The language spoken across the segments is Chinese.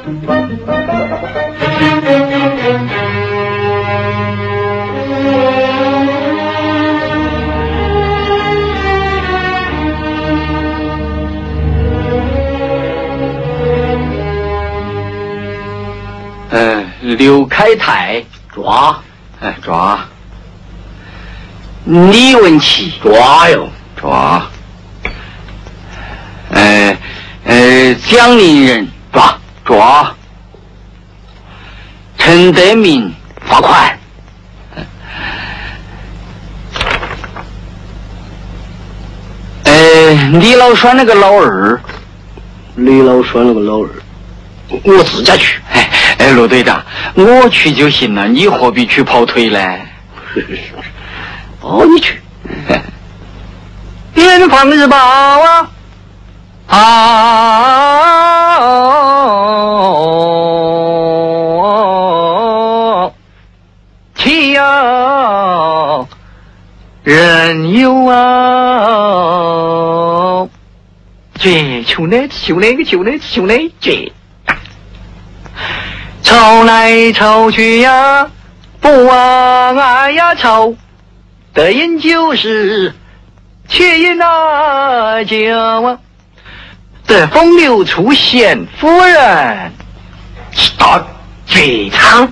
刘开泰抓， 抓。李文琪抓哟， 抓。蒋林人抓。陈德明罚款。 李老栓那个老二， 我自家去。 陆队长，我去就行了，你何必去跑腿呢？ 哦，你去。 边防日报岂有人有绝求呢绝。抽来抽去呀，不忘爱呀抽，得饮就是却饮酒，得风流出现夫人， 到绝唱，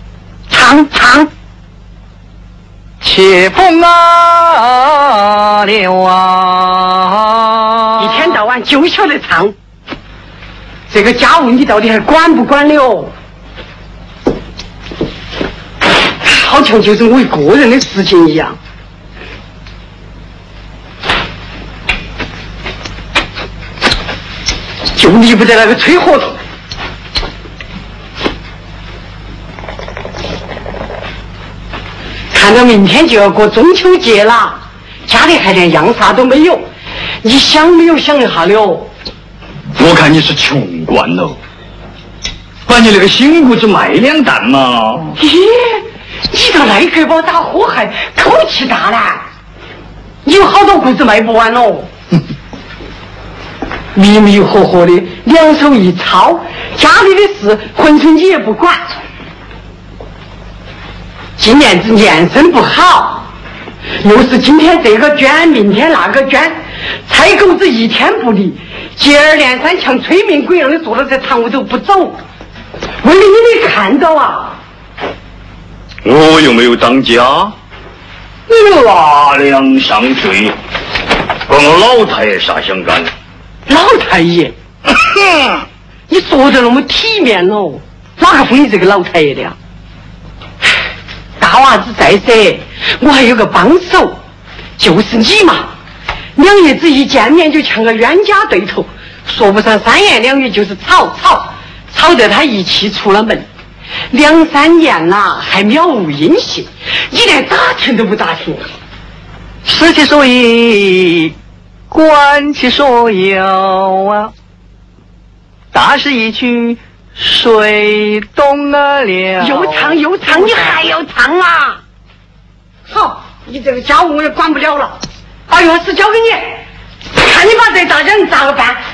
且风流一天到晚就晓得唱，这个家务你到底还管不管了？好像就是我一个人的事情一样。就离不得那个吹合同。看到明天就要过中秋节了，家里还连样啥都没有，你想没有想一下了？ 我看你是穷惯了，把你那个新屋子卖2担嘛。 咦，你到那个包打火还口气大呢？你有好多谷子卖不完喽。迷迷糊糊的，两手一抄，家里的事浑身你也不管。今年子年生不好，又是今天这个捐，明天那个捐，菜狗子一天不离，接二连三像催命鬼一样的坐到这堂屋头不走。为了你没看到啊？ 我又没有当家，你拿粮上税，关我老太爷啥相干？ 老太爷，你说的那么体面喽，哪个封你这个老太爷的呀？大娃子在噻，我还有个帮手，就是你嘛。2爷子一见面就像个冤家对头，说不上3言2语就是吵得他一气出了门。2、3年了还渺无音信，你连打听都不打听。 实其所以，观其所有啊。大势已去，水动了。 又唱，你还要唱啊？好，你这个家务我也管不了了，把钥匙交给你，看你把这大人咋个办？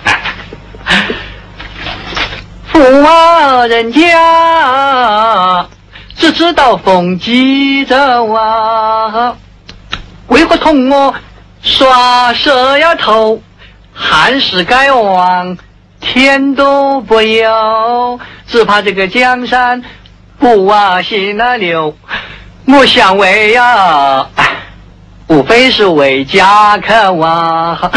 富人家只知道风记着啊，为何同我耍蛇呀头？汉室该亡，天都不由，只怕这个江山不兴流。我想为呀，无非是为家可亡。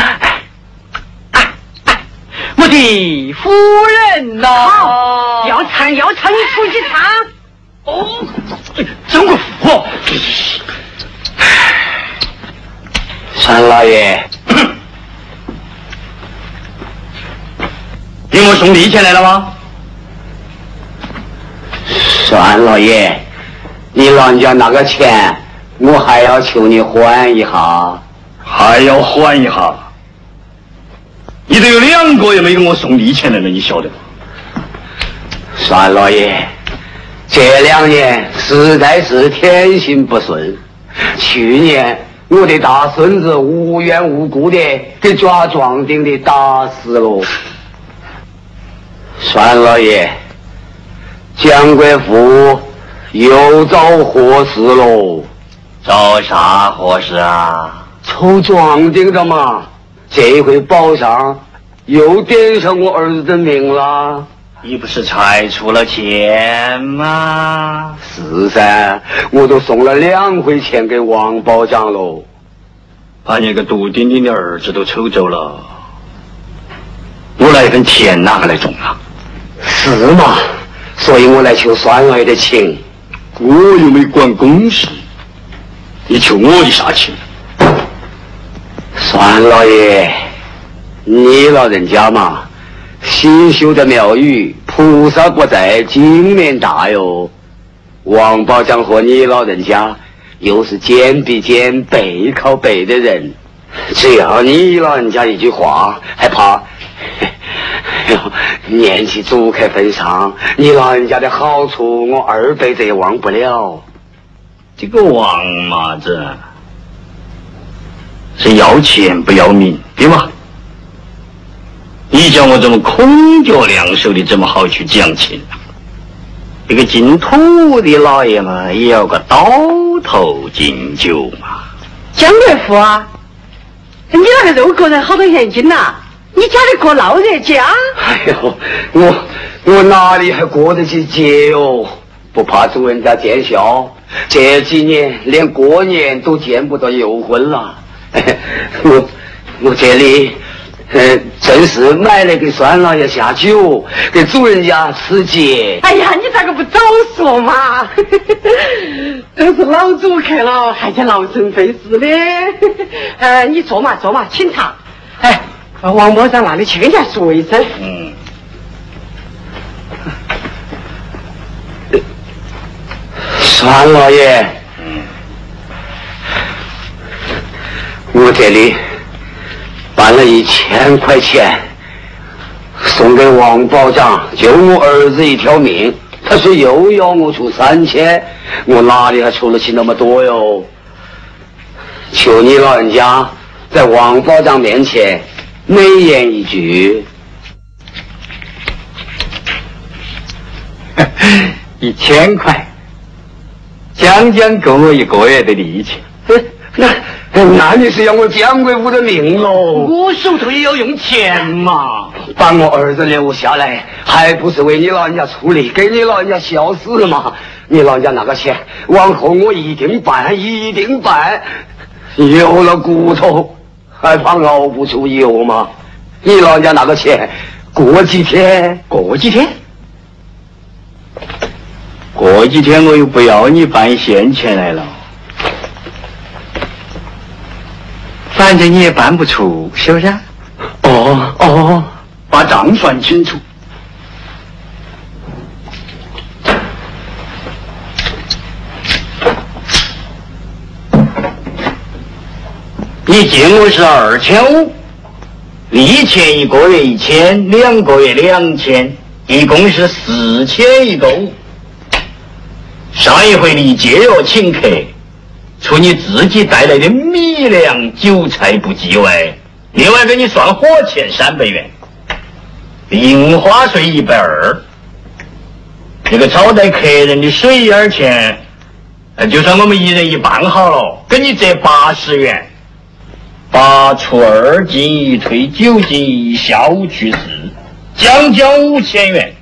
我的夫人呐， 好，要唱，你出去唱。 哦，真个服！ 单老爷， 给我送礼钱来了吗？ 单老爷，你老人家那个钱，我还要求你还一下。 还要还一下？你都有2个月没给我送礼钱来了，你晓得吗？ 单老爷，这2年实在是天心不顺，去年我的大孙子无缘无故的给抓壮丁的打死了。 算老爷，蒋国富又找祸事喽。 找啥祸事啊？ 抽壮丁的嘛，这回报上又点上我儿子的名了。 你不是才出了钱吗？ 是噻，我都送了2回钱给王保长喽。 把那个杜丁丁的儿子都抽走了，我那份钱哪个来种啊？ 是嘛？所以我来求孙老爷的情。 我又没管公事，你求我的啥情？ 孙老爷，你老人家嘛，新修的庙宇，菩萨不在，经面大哟。王保长和你老人家又是肩比肩、背靠背的人，只要你老人家一句话，还怕念起祖客份上，你老人家的好处，我2辈子也忘不了。 这个王麻子是要钱不要命，对吗？你叫我这么空脚两手的这么好去讲情，这个进土的老爷嘛，也要个刀头敬酒嘛。 蒋国富啊，你那个肉个人好多钱一斤呐？你家里过闹热家？ 哎呦，我哪里还过得起节哟？不怕主人家见笑，这几年连过年都见不到诱婚了。我这里正是买了给孙老爷下酒，给主人家吃节。 哎呀，你咋个不早说嘛？都是老主客了，还叫劳神费事的。你坐嘛，请茶。哎，王保长那里去跟人家说一声。 孙老爷，我这里办了1000块钱，送给王保长，救我儿子一条命。他说又要我出3000，我哪里还出得起那么多哟？求你老人家在王保长面前美言一句。 1000块，将够我1个月的利息。 那你是要我蒋国富的命喽？ 我手头也要用钱嘛。 把我儿子留下来，还不是为你老人家出力，给你老人家消死嘛？你老人家那个钱，往后我一定办。有了骨头，还怕熬不出油吗？你老人家那个钱，过几天过几天我又不要你办现钱来了，反正你也办不出，是不是？ 哦， 把账算清楚。你借我是2500，利钱1个月1000，2个月2000，一共是4150。上一回你借我请客，除你自己带来的米粮韭菜不计外，另外给你算火钱300元，零花税120，那个招待客人的水烟钱，就算我们一人一半好了，给你折80元。8除2进1退9进1下午去4，将5000元。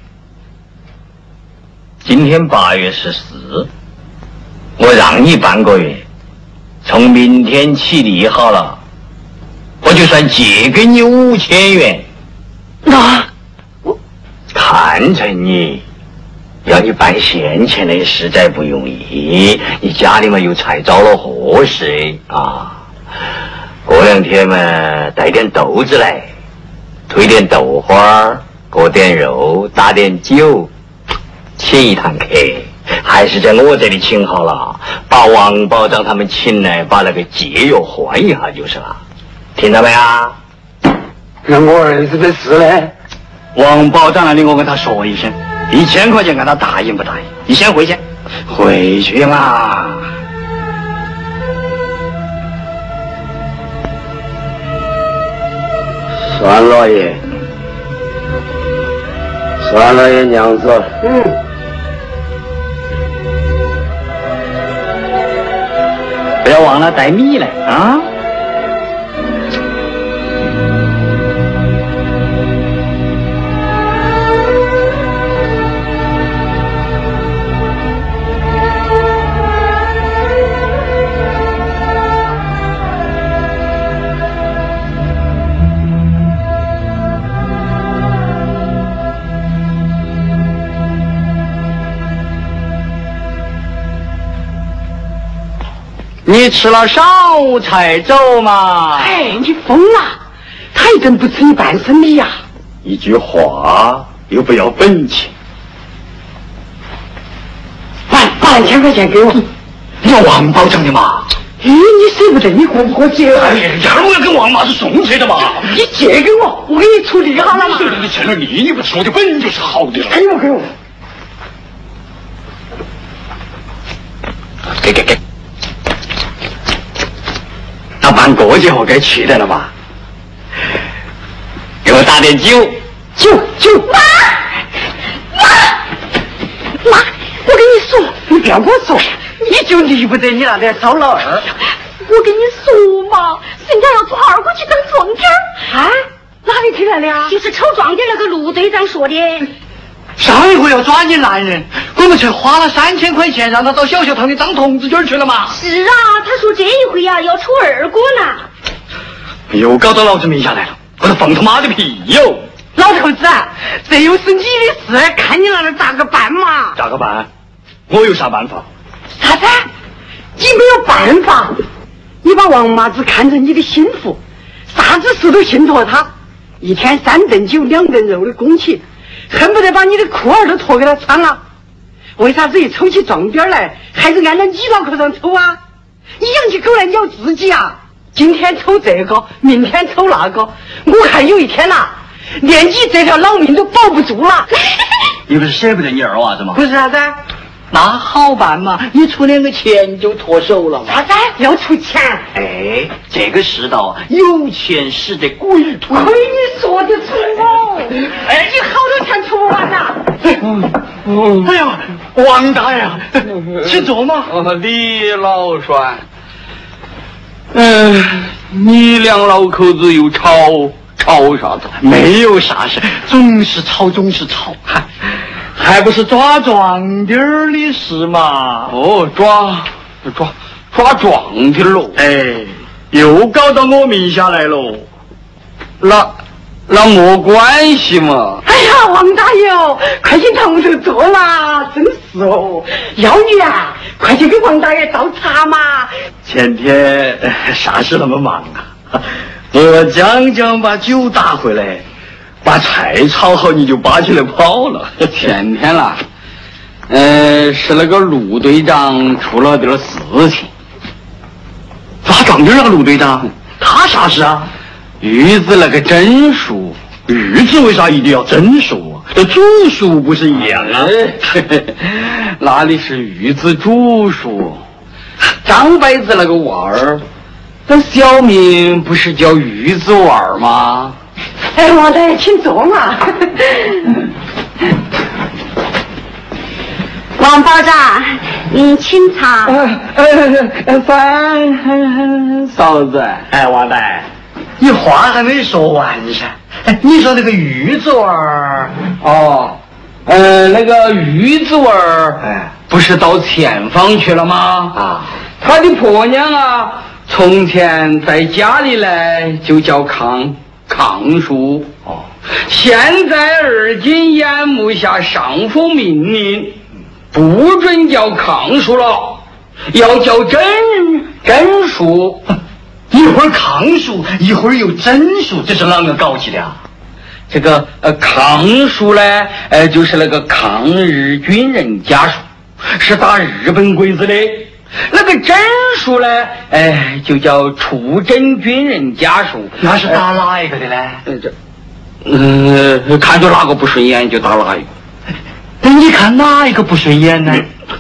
今天8月14，我让你半个月，从明天起立好了，我就算借给你5000元。 那我看成你要你办现钱的实在不容易，你家里嘛又才遭了祸事啊。过2天嘛带点豆子来，推点豆花，裹点肉，打点酒，请一堂客，还是在我这里请好了，把王保长他们请来，把那个节又换一下就是了，听到没啊？ 那我儿子的事呢？ 王保长那里我跟他说一声，1000块钱看他答应不答应。你先回去，回去嘛。 孙老爷， 算了也娘子。 不要忘了带米来啊！你吃了上午才走嘛？ 哎，你疯了！他一顿不吃你半生米呀！ 一句话又不要本钱， 把2000块钱给我。 你要王保长的嘛？ 咦，你舍不得你给我借？ 哎呀，我要跟王妈是送去的嘛。 你借给我，我给你处理好了嘛。 你欠了利，你不吃我就本就是好的了。 给我。 给。那办过节后该去的了嘛？给我打点酒。 妈，我跟你说，你不要跟我说，你就离不得你那点骚老二。 我跟你说嘛，人家要抓二哥去当壮丁儿。 啊？哪里听来的啊？ 就是抽壮丁那个陆队长说的。 上一回要抓你男人，我们才花了3000块钱让他到小学堂里当童子军去了嘛。 是啊，他说这一回呀要抽二哥呢。 又搞到老子名下来了，我都放他妈的屁哟！ 老头子，这又是你的事，看你那能咋个办嘛？ 咋个办？我有啥办法？ 啥子？你没有办法？你把王麻子看成你的心腹，啥子事都信托他，一天3顿酒2顿肉的供起，恨不得把你的裤儿都脱给他穿了。为啥子一抽起壮边来，还是按照你脑壳上抽啊？你养起狗来你要自己啊！今天抽这个，明天抽那个，我看有一天连你这条老命都保不住了。 你不是舍不得你二娃子吗？ 不是啥子？ 那好办嘛，你出2个钱就脱手了嘛。 啥子？要出钱？ 哎，这个世道有钱使得鬼推。 亏你说得出哦！哎，你好多钱出不完呐！ 哎呀，王大爷，请坐嘛。 李老帅，你两老口子又吵啥子？ 没有啥事，总是吵，还不是抓壮丁儿的事嘛。 哦，抓壮丁喽！ 哎，又搞到我名下来喽。 那没关系嘛。 哎呀，王大爷哦，快进堂头坐啦！真是哦，要你啊，快去给王大爷倒茶嘛。 前天啥事那么忙啊？我将把酒打回来，把菜炒好，你就拔起来跑了。 前天啦，是那个陆队长出了点事情。 抓壮丁那个陆队长，他啥事啊？ 玉子那个诊术， 玉子为啥一定要诊术啊？这主术不是一样啊？ 哪里是玉子主术？张白子那个娃儿，那小名不是叫玉子娃儿吗？ 哎，王大爷，请坐嘛。 王保长，请茶。 嫂子， 哎，王大爷，你话还没说完噻。你说那个玉子娃儿， 那个玉子娃儿，不是到前方去了吗？ 啊， 他的婆娘啊，从前在家里呢就叫康叔，现在而今眼目下上府命令，不准叫康叔了，要叫甄叔。 一会儿康叔，一会儿又甄叔，这是啷个搞起的啊？ 这个康叔呢，就是那个抗日军人家属，是打日本鬼子的。那个甄叔呢，就叫出征军人家属。 那是打哪一个的呢？ 看着哪个不顺眼就打哪一个。 你看哪一个不顺眼呢？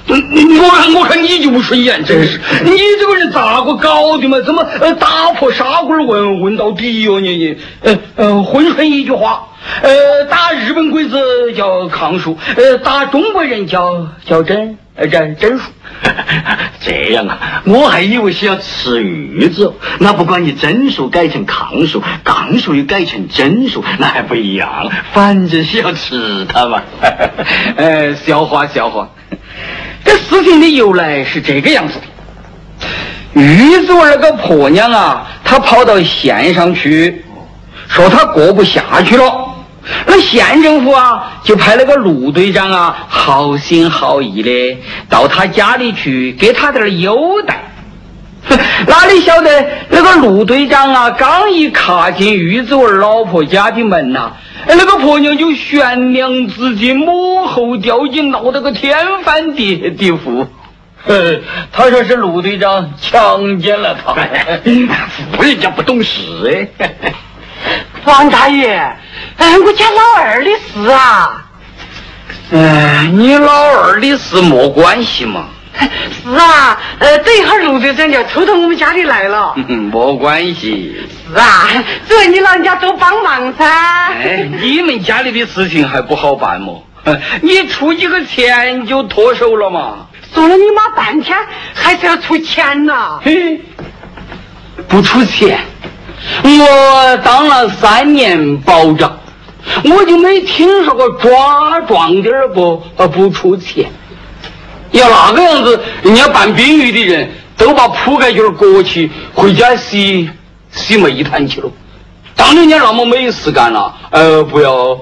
我看你就不顺眼，真是！你这个人咋个搞的嘛？怎么打破砂锅问到底哟？你浑顺一句话，打日本鬼子叫抗术，打中国人叫真术。 这样啊，我还以为是要吃玉子，那不管你真术改成抗术，抗术又改成真术，那还不一样，反正是要吃它嘛。 笑话。这事情的由来是这个样子的：玉子那个婆娘啊，她跑到县上去，说她过不下去了。那县政府啊，就派那个陆队长啊，好心好意的到他家里去，给他点优待。哪里晓得那个陆队长啊，刚一踏进玉子文老婆家的门呐，那个婆娘就悬梁自尽，母后吊颈，闹得个天翻地覆。他说是陆队长强奸了他， 夫人家不懂事哎。 王大爷，我家老二的事啊。 你老二的事没关系嘛。 是啊，等一会儿陆队长就要抽到我们家里来了。 没关系。 是啊，只要你老人家多帮忙噻。 你们家里的事情还不好办么？你出几个钱就脱手了嘛。 说了你妈半天，还是要出钱呐。 不出钱，我当了3年保长，我就没听说过抓壮点不出钱。要那个样子，人家办兵役的人都把铺盖卷裹起，回家洗煤炭去了。当人家那么没事干了，不要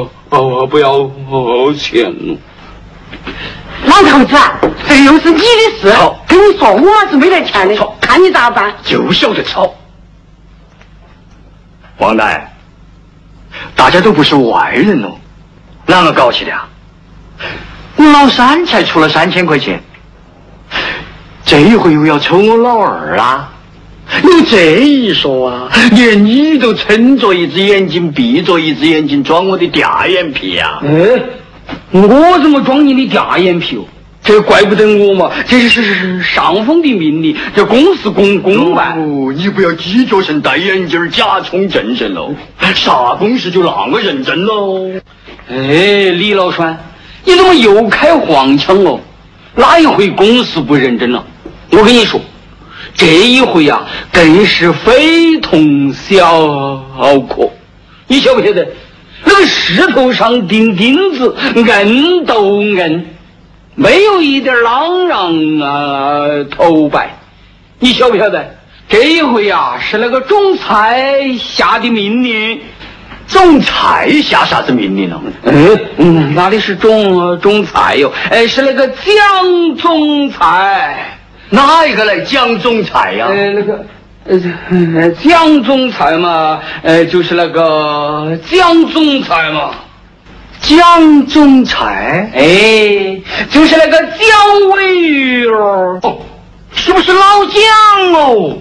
钱了。 老头子，这又是你的事，跟你说，我嘛是没得钱的，看你咋办。 就晓得吵。王大，大家都不是外人喽，啷个搞起的啊？我老三才出了3000块钱，这一回又要抽我老二啦。你这一说啊，连你都睁着一只眼睛闭着一只眼睛装我的嗲眼皮啊！ 我怎么装你的嗲眼皮哦？这怪不得我嘛，这是上峰的命令，这公事公办。 你不要鸡脚神戴眼镜假充正神喽，啥公事就那么认真喽。 李老栓，你怎么又开黄腔哦？哪一回公事不认真了？我跟你说，这一回啊，更是非同小可。你晓不晓得？那个石头上钉钉子，摁都摁，没有一点嚷嚷头白。你晓不晓得？这一回啊，是那个总裁下的命令。 总裁下啥子命令了？ 哪里是总裁哟？是那个蒋总裁。 哪一个来蒋总裁呀？ 蒋总裁嘛，就是那个蒋总裁嘛。 蒋总裁？ 就是那个蒋伟玉哦。 是不是老蒋哦？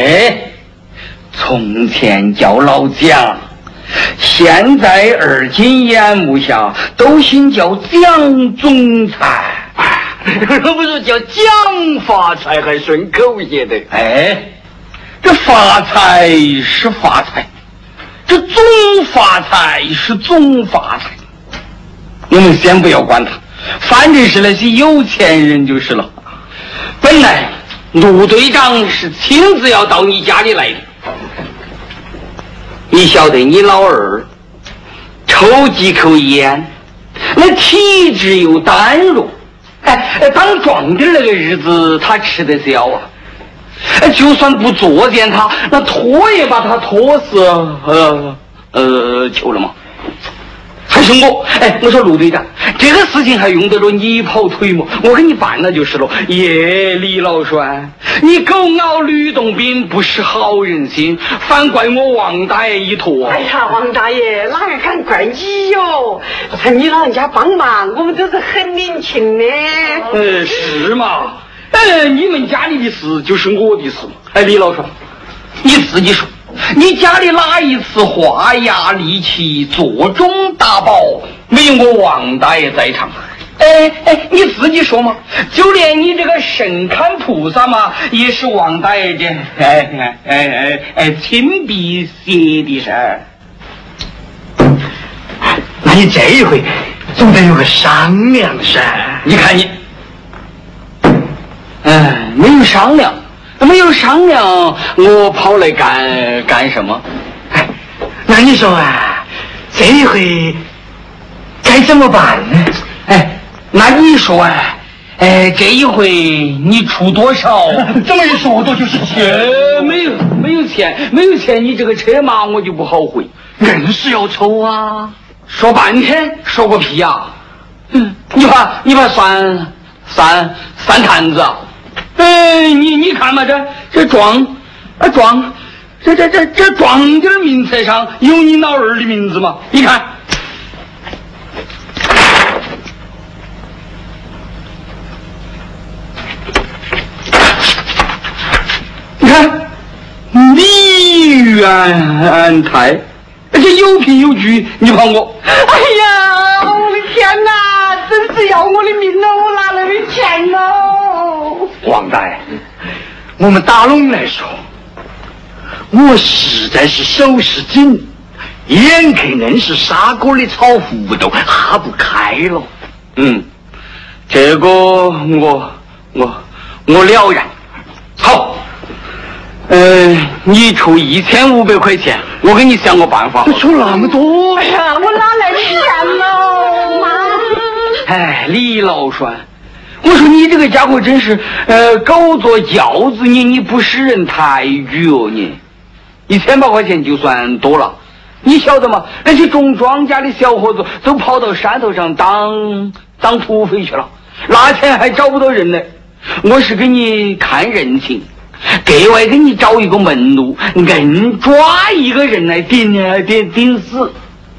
从前叫老蒋。现在耳今眼目下都兴叫蒋总裁， 不是叫蒋发财还顺口些的。 这发财是发财，这总发财是总发财。我们先不要管他，反正是那些有钱人就是了。本来陆队长是亲自要到你家里来的。你晓得你老二抽几口烟，那体质又单弱，当壮点那个日子他吃得消啊。就算不作践他，那拖也把他拖死求了嘛。还是我说陆队长，这个事情还用得着你跑腿吗？我给你办了就是了。李老栓，你狗咬吕洞宾，不识好人心，反怪我王大爷一坨。 哎呀，王大爷，哪个敢怪你哟？趁你老人家帮忙，我们都是很领情的。 是嘛？你们家里的事就是我的事嘛。李老栓，你自己说。你家里哪一次花牙力气做中大宝没有我王大爷在场？ 你自己说嘛，就连你这个神龛菩萨嘛，也是王大爷的亲笔写的事儿。 那你这一回总得有个商量噻。 你看你，没有商量，我跑来干什么？ 那你说啊，这一回该怎么办呢？ 那你说啊，这一回你出多少？ 这么一说，多就是钱。 没有钱，你这个车马我就不好回。 硬是要抽啊！ 说半天说个屁呀！你把算坛子啊！你看嘛，这庄点名册上有你老二的名字吗？你看。你看，李元泰，而且有凭有据，你看我。 哎呀，我的天哪，真是要我的命了！我哪来的钱哦？ 王大爷，我们打拢来说，我实在是手是紧，眼看硬是砂锅里炒糊涂，哈不开了。 这个我了然。好。你出1500块钱，我给你想个办法。 出那么多？ 哎呀，我哪来的钱喽？妈！ 李老栓，我说你这个家伙真是，狗做轿子，你不识人抬举哦你。1800块钱就算多了，你晓得吗？那些种庄稼的小伙子都跑到山头上当土匪去了，拿钱还找不到人呢。我是给你看人情。格外给你找一个门路，硬抓一个人来顶死。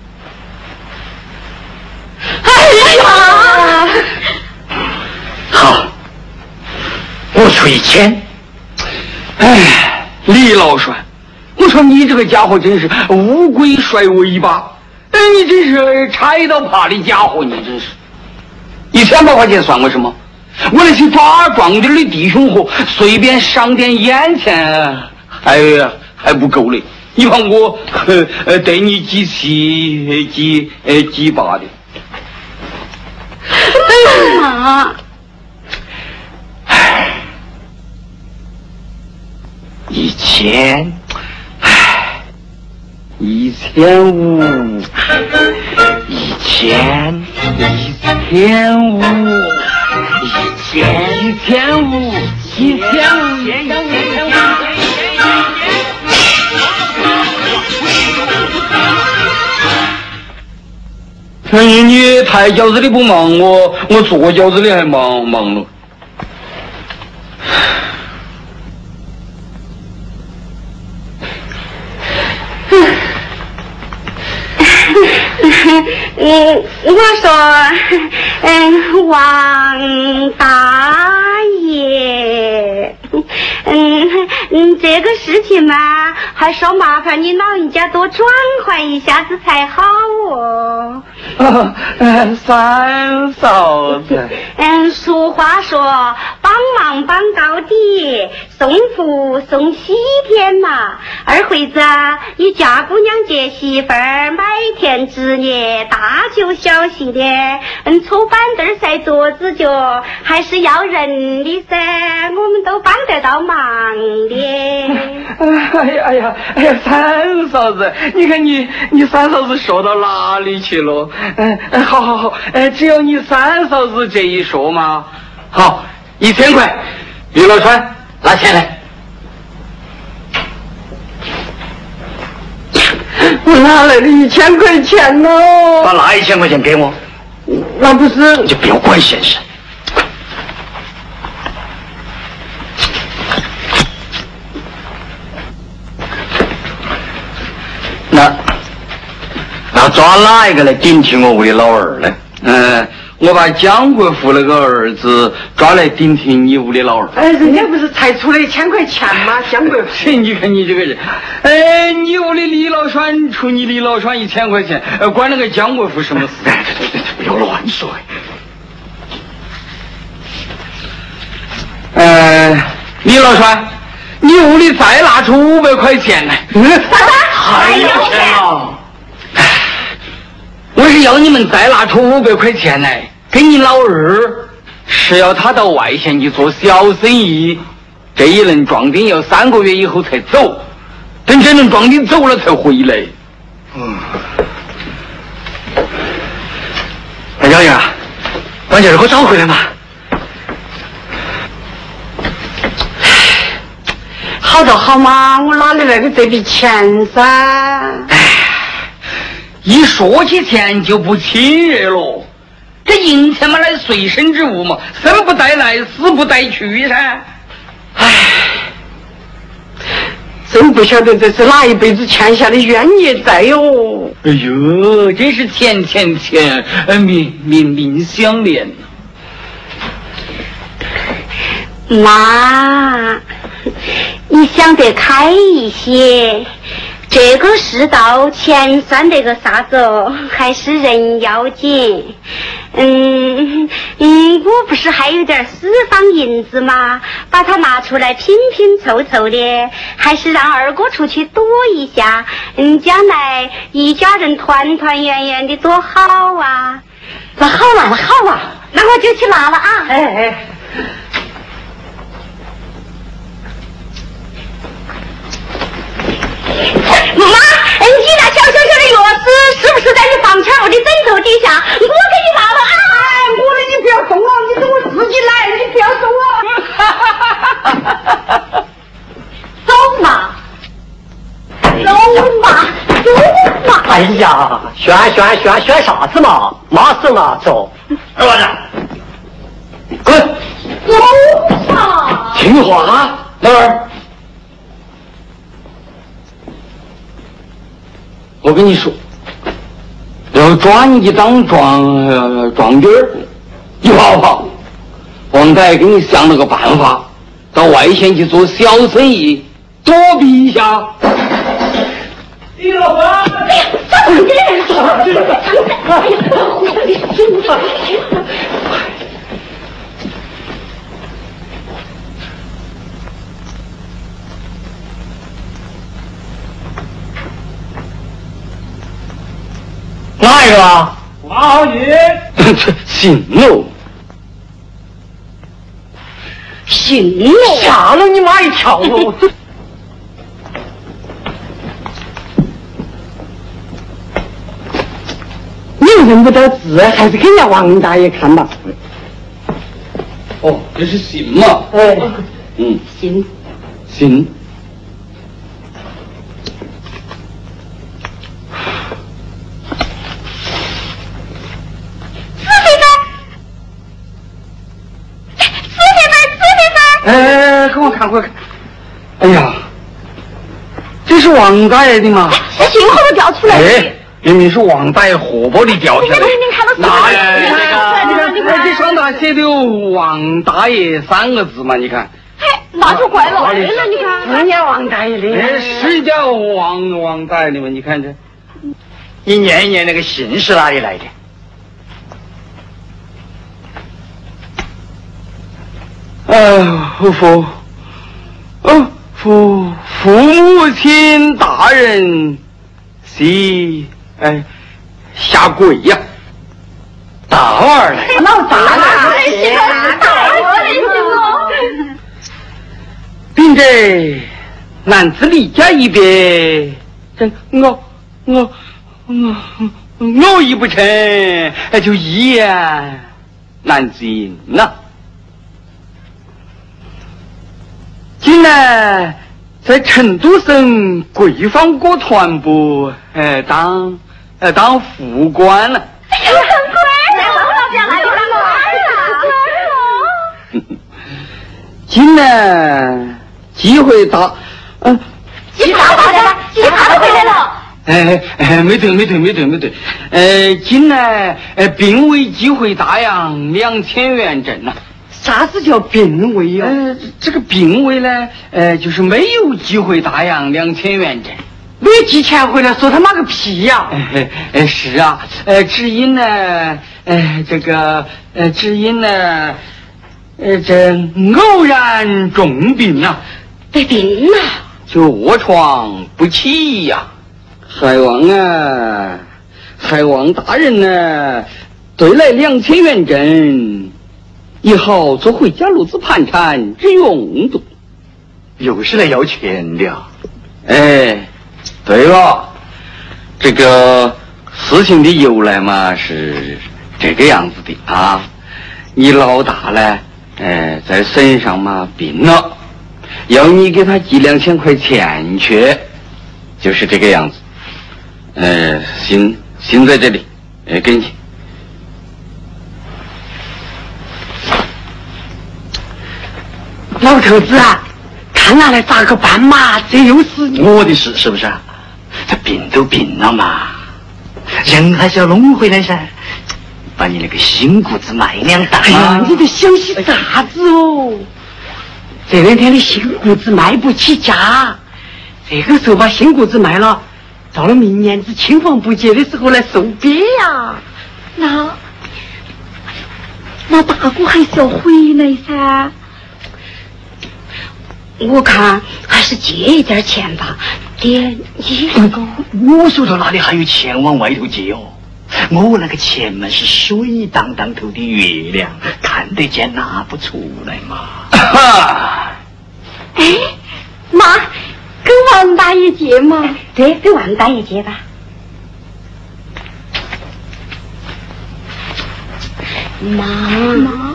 哎呀！ 好，我出1000。 李老栓，我说你这个家伙真是乌龟甩尾巴，你真是拆到怕的家伙，你真是。1800块钱算个什么？我那些抓壮点的弟兄伙，随便赏点眼钱还不够嘞。你看我对你几七几八的。 妈 ，1000，1500，1500， 你抬轿子的不忙，我坐轿子的还忙了。 我说，王大爷，这个事情嘛，还说麻烦你老人家多转换一下子才好哦。 三嫂子。 俗话说，帮忙帮到底，送福送喜天嘛。二回子你嫁姑娘接媳妇儿，买田织业，大就小型的，搓板凳晒桌子脚，还是要人的噻，我们都帮得到忙的。 哎呀，三嫂子，你看你三嫂子说到哪里去了？好，只要你三嫂子这一说嘛，好，1000块，李老栓拿钱来。 我哪来的1000块钱呢？ 把那1000块钱给我， 那不是你就不要管闲事。那抓哪一个来顶替我屋的老二呢？ 我把蒋国富那个儿子抓来顶替你屋的老二。 人家不是才出了1000块钱吗？蒋国富， 你看你这个人，你屋的李老栓出你李老栓1000块钱，关那个蒋国富什么事？ 不要乱说。 小川，你屋里再拿出500块钱来。 还有钱啊！ 我是要你们再拿出500块钱来，给你老二，是要他到外县去做小生意，这一轮壮丁要3个月以后才走，等这轮壮丁走了才回来。 姚爷，把你儿给我找回来嘛！ 好就好嘛，我哪里来的这笔钱噻？ 一说起钱就不亲热了，这银钱嘛，乃随身之物嘛，生不带来，死不带去噻。 真不晓得这是哪一辈子欠下的冤孽债哟！ 哎呦，真是钱，命相连。 妈，你想得开一些，这个世道钱算得个啥子哦？还是人要紧。我不是还有点私房银子吗？把它拿出来拼拼凑凑的，还是让二哥出去躲一下。将来一家人团团圆圆的多好啊！ 那好了， 那我就去拿了啊！ 哎。 妈，你那小的钥匙是不是在你房前我的枕头底下？我给你拿了啊！ 我的你不要动啊！你等我自己来，你不要动啊！ 走嘛！ 哎呀，选啥子嘛？马上啊，走！二娃子，滚！ 走嘛！ 听话啊，老二。我跟你说，要抓你去当壮丁儿，你跑不跑？王大爷给你想了个办法，到外县去做小生意，躲避一下。 李老板， 哪一个啊？ 王宇， 行喽， 行喽，吓了你妈一跳喽！你又认不得字，还是给人家王大爷看吧。 哦，这是信嘛？ 哎， 行。 信。 给我看。哎呀，这是王大爷的嘛？ 这信号都掉出来了。 明明是王大爷荷包里掉下来。 你看到哪呀？你看这上头写的有王大爷3个字嘛？你看。 那就怪了。你看， 人家王大爷的， 是叫王大爷的嘛？你看这。 你念一念那个信是哪里来的？ 父母亲大人是下跪呀， 大娃儿来， 老大了， 并着男子离家一别，我一不成，就一言难尽呐。今呢，在成都省桂芳歌团部当副官了。今呢，机会大， 机会大了，机会大回来了。 没对，今呢，并为机会大洋2000元整了。 啥子叫并位呀？ 这个并位呢，就是没有机会大洋2000元整。 没寄钱回来，说他妈个屁呀！ 是啊，只因呢，只因呢， 这偶然重病啊， 得病了， 就卧床不起呀。还望大人呢，兑来2000元整，以后做回家路子盘缠之用度。 又是来要钱的啊？ 哎，对了，这个事情的由来嘛是这个样子的啊。你老大呢，在省上嘛病了，要你给他寄2000块钱去，就是这个样子。信在这里，给你。 老头子啊，看拿来咋个办嘛？这又是我的事是不是啊？这病都病了嘛，人还是要弄回来噻。把你那个新裤子卖2担。 哎呀，你在想些啥子哦？这2天的新裤子卖不起价，这个时候把新裤子卖了，到了明年子青黄不接的时候来收鳖呀。 那大哥还是要回来噻。我看还是借一点钱吧，爹，你那个我手头哪里还有钱往外头借哦？我那个钱嘛是水当当头的月亮，看得见拿不出来嘛。 哎，妈，跟王大爷借嘛？对，跟王大爷借吧。妈。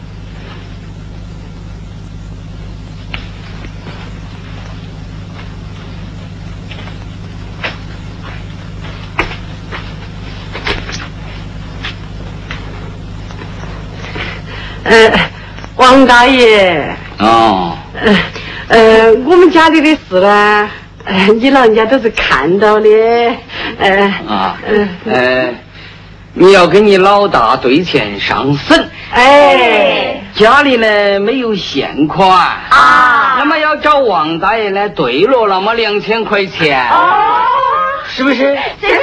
王大爷。 哦。 我们家里的事呢，你老人家都是看到的。 你要跟你老大兑钱上省。家里呢没有现款啊，那么要找王大爷呢兑落那么2000块钱，是不是？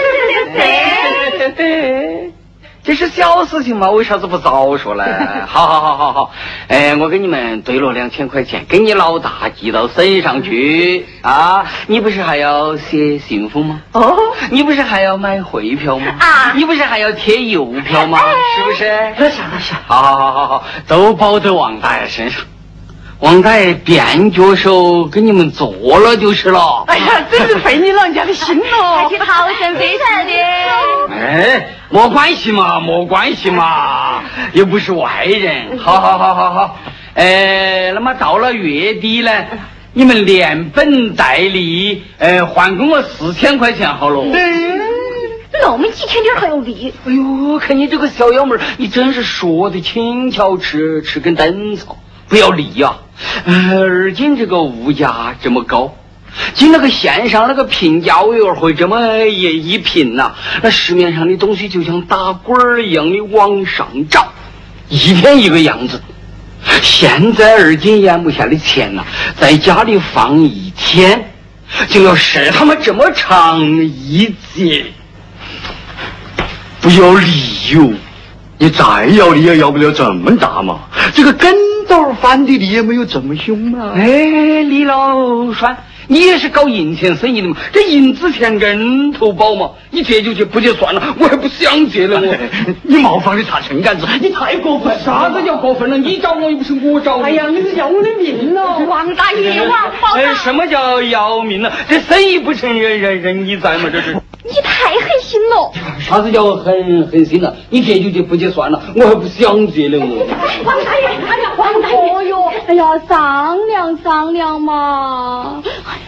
对。这是小事情嘛，为啥子不早说呢？好，我给你们兑落2000块钱，给你老大寄到省上去啊！你不是还要写信封吗？你不是还要买汇票吗？你不是还要贴邮票吗？是不是？ 那啥。 好，都包在王大爷身上。王大爷便脚手给你们做了就是了。 哎呀，真是费你老人家的心哦！ 还去讨生非才的。 没关系嘛，又不是外人。好。那么到了月底呢，你们连本带利，还给我4000块钱好了。 那么几天点还要利？ 哎呦，看你这个小幺妹儿，你真是说的轻巧，吃根灯草，不要理呀。而今这个物价这么高，今那个线上那个评价委员会这么一评呐，那市面上的东西就像打滚儿一样的往上涨，一天一个样子。现在而今眼目下的钱呐，在家里放1天，就要是他们这么长一截。不要理由，你再要力也要不了这么大嘛。这个跟斗翻的力也没有这么凶嘛。李老栓，你也是搞银钱生意的嘛？这银子钱跟头宝嘛，你借就借，不借算了，我还不想借了我。 你冒犯的他成杆子，你太过分。 啥子叫过分了？你找我又不是我找你。 哎呀，你是要我的命了， 王大爷，王宝长。 什么叫要命了？这生意不成任你在嘛？这是。 你太狠心了！ 啥子叫狠心了？你借就借，不借算了，我还不想借了我。 王大爷，王大爷，哎呀，商量嘛。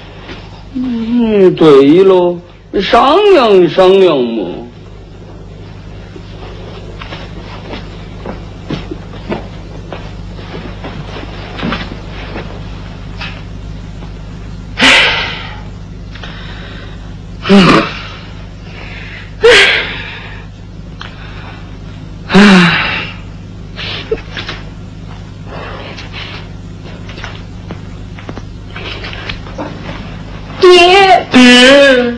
对喽，商量嘛。爹，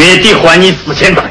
也得还你4000块。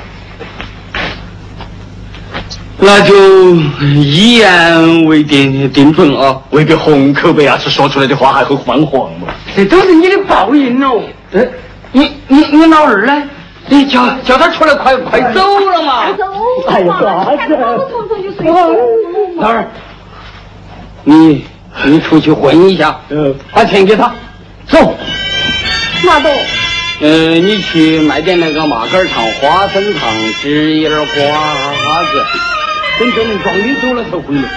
那就一言为定论啊，未必红口白牙齿说出来的话还会泛黄嘛。 这都是你的报应哦。 你老二呢？你叫他出来，快走了嘛！ 哎呀，啥子？ 老二，你出去混一下，把钱给他，走。 马总。 你去买点那个麻杆糖、花生糖、纸叶瓜子，等这能装你走了才回来。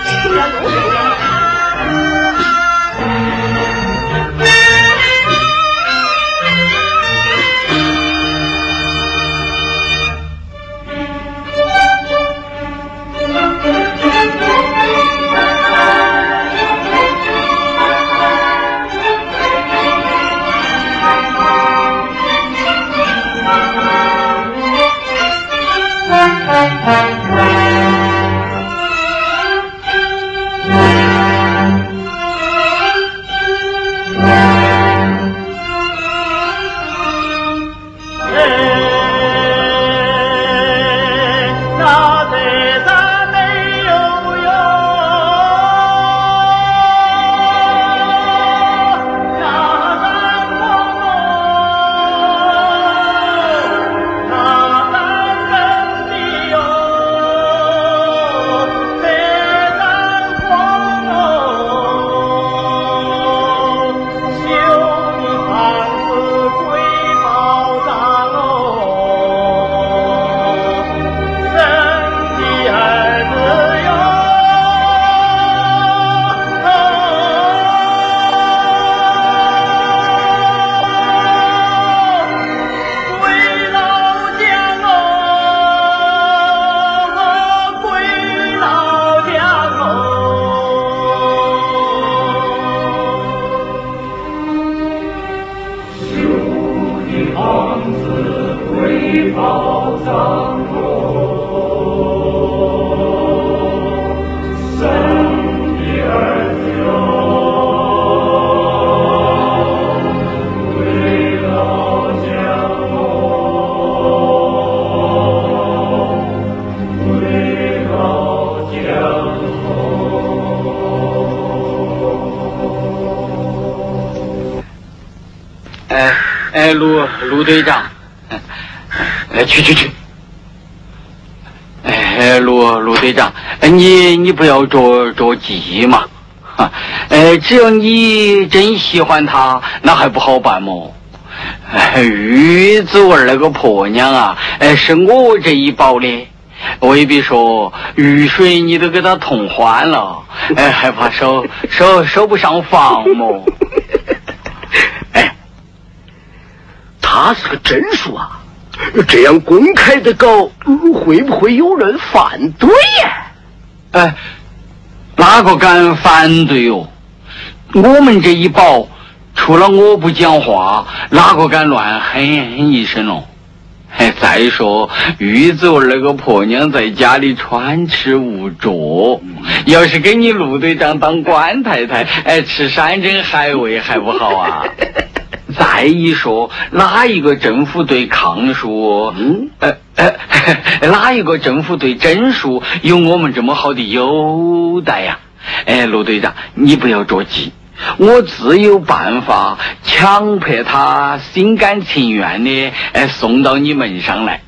陆队长，去。陆队长，你不要着急嘛，只要你真喜欢他，那还不好办么？玉子儿那个婆娘啊，是我这一包的，未必说雨水你都给他同欢了，还怕收不上房么？ 他是个真书啊，这样公开的搞，会不会有人反对呀？ 哪个敢反对哟？我们这一保，除了我不讲话，哪个敢乱哼一声哦？再说玉子儿那个婆娘在家里穿吃无着，要是给你陆队长当官太太，吃山珍海味还不好啊？再一说，哪一个政府对抗术？哪一个政府对整术有我们这么好的优待呀？陆队长，你不要着急，我自有办法强迫他心甘情愿的送到你门上来。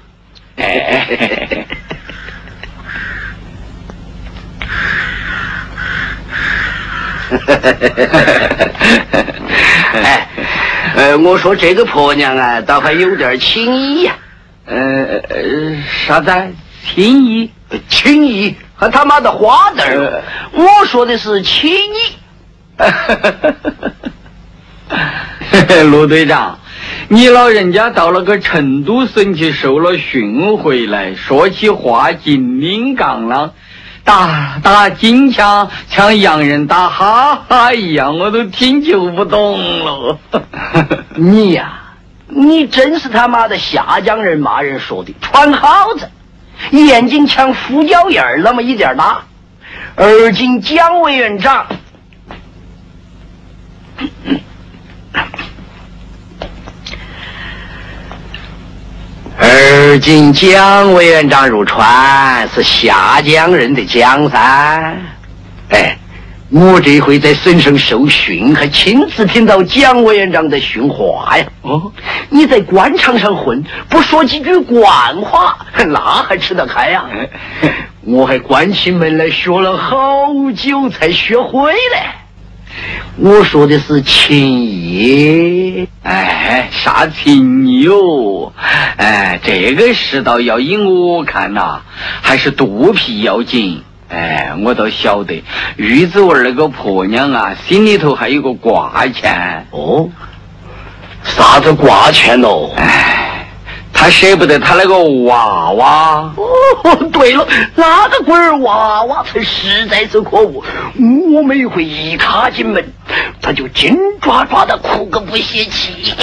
我说这个婆娘啊，倒还有点情谊呀。 啥子？情谊？ 情谊和他妈的花字儿。我说的是情谊。 陆队长，你老人家到了个成都省去受了训回来，说起话精灵杠啷，打金枪像洋人打哈哈一样，我都听就不懂了。 你呀，你真是他妈的下江人骂人说的，穿耗子，眼睛像胡椒眼儿那么一点大。而今蒋委员长，而而今蒋委员长入川，是下江人的江山。哎，我这回在省上受训，还亲自听到蒋委员长的训话呀。哦，你在官场上混，不说几句官话，那还吃得开呀？我还关起门来学了好久才学会嘞。我说的是情义。 哎，啥情义哦？哎，这个世道要以我看呐，还是肚皮要紧。哎，我倒晓得玉子文那个婆娘啊，心里头还有个挂钱。 哦，啥子挂钱喽？ 哎，她舍不得她那个娃娃。 哦，对了，那个龟儿娃娃才实在是可恶。我每回一踏进门，他就紧抓抓的哭个不歇气。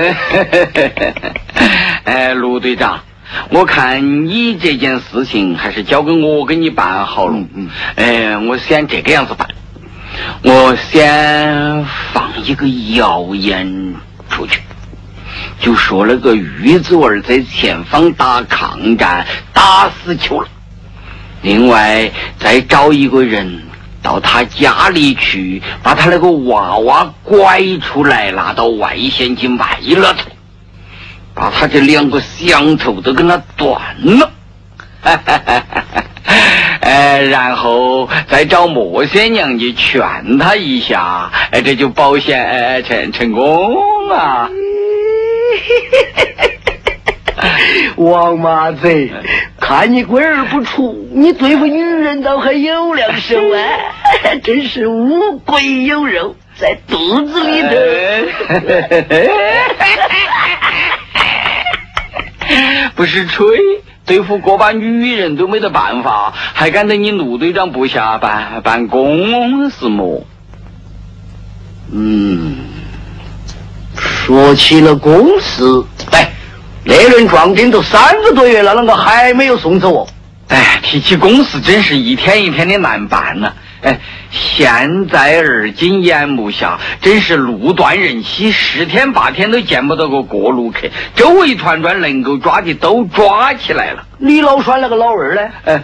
哎，陆队长，我看你这件事情还是交给我给你办好了。我先这个样子办，我先放一个谣言出去，就说那个玉子儿在前方打抗战打死球了。另外再找一个人到他家里去，把他那个娃娃拐出来，拿到外县去卖了他，把他这两个响头都跟他断了。然后再找莫仙娘去劝他一下，这就保险成功啊。 王麻子，看你龟儿不出，你对付女人倒还有两手啊！真是乌龟有肉在肚子里头。 不是吹，对付个把女人都没得办法，还赶得你陆队长部下办公是么？ 说起了公事，那轮壮丁都3个多月了，啷个还没有送走哦？ 提起公事真是一天一天的难办了。现在而今眼目下，真是路断人稀，10天8天都见不到个过路客，周围团团能够抓的都抓起来了。 李老栓那个老二呢？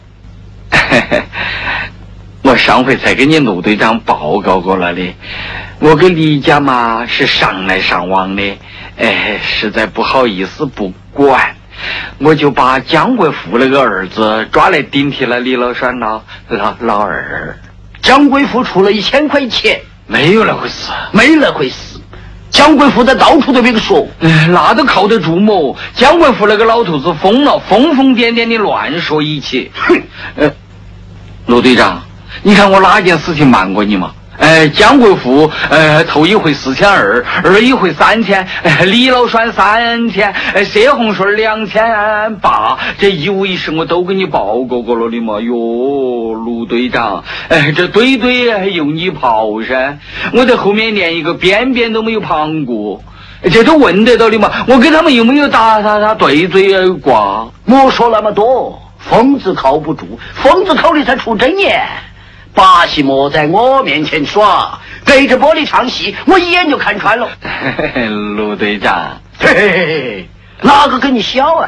我上回才给你陆队长报告过了的，我跟李家嘛是上来上往的，实在不好意思不管，我就把蒋国富那个儿子抓来顶替了李老栓老二。 蒋国富出了1000块钱， 没有那回事， 没那回事。蒋国富在到处都别个说， 那都靠得住么？蒋国富那个老头子疯了，疯疯癫癫的乱说一切。陆队长，你看我哪件事情瞒过你吗？蒋国富头一回4200，二一回3000，李老栓3000，谢红顺2800，这一五一十我都给你报告过了的嘛。哟，陆队长，这堆堆有你跑噻，我在后面连一个边边都没有旁过，这都问得到的嘛。我跟他们有没有打对嘴瓜？ 莫说那么多，疯子靠不住，疯子口里才出真言。把戏莫在我面前耍，对着玻璃唱戏，我一眼就看穿了。 陆队长， 嘿嘿嘿，哪个跟你小啊？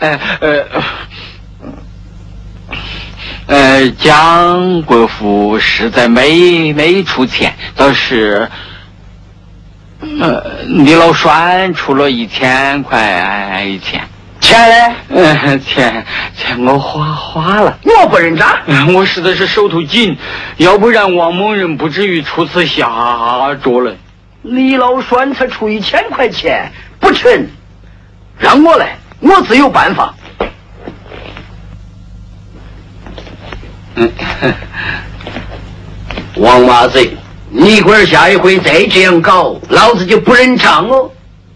蒋国富实在没出钱，倒是李老栓出了1000块钱。 钱呢？ 钱我花了， 我不认账。 我实在是手头紧，要不然王某人不至于出此下作了。 李老栓才出1000块钱，不成，让我来，我自有办法。王麻子，你龟儿下一回再这样搞，老子就不认账哦。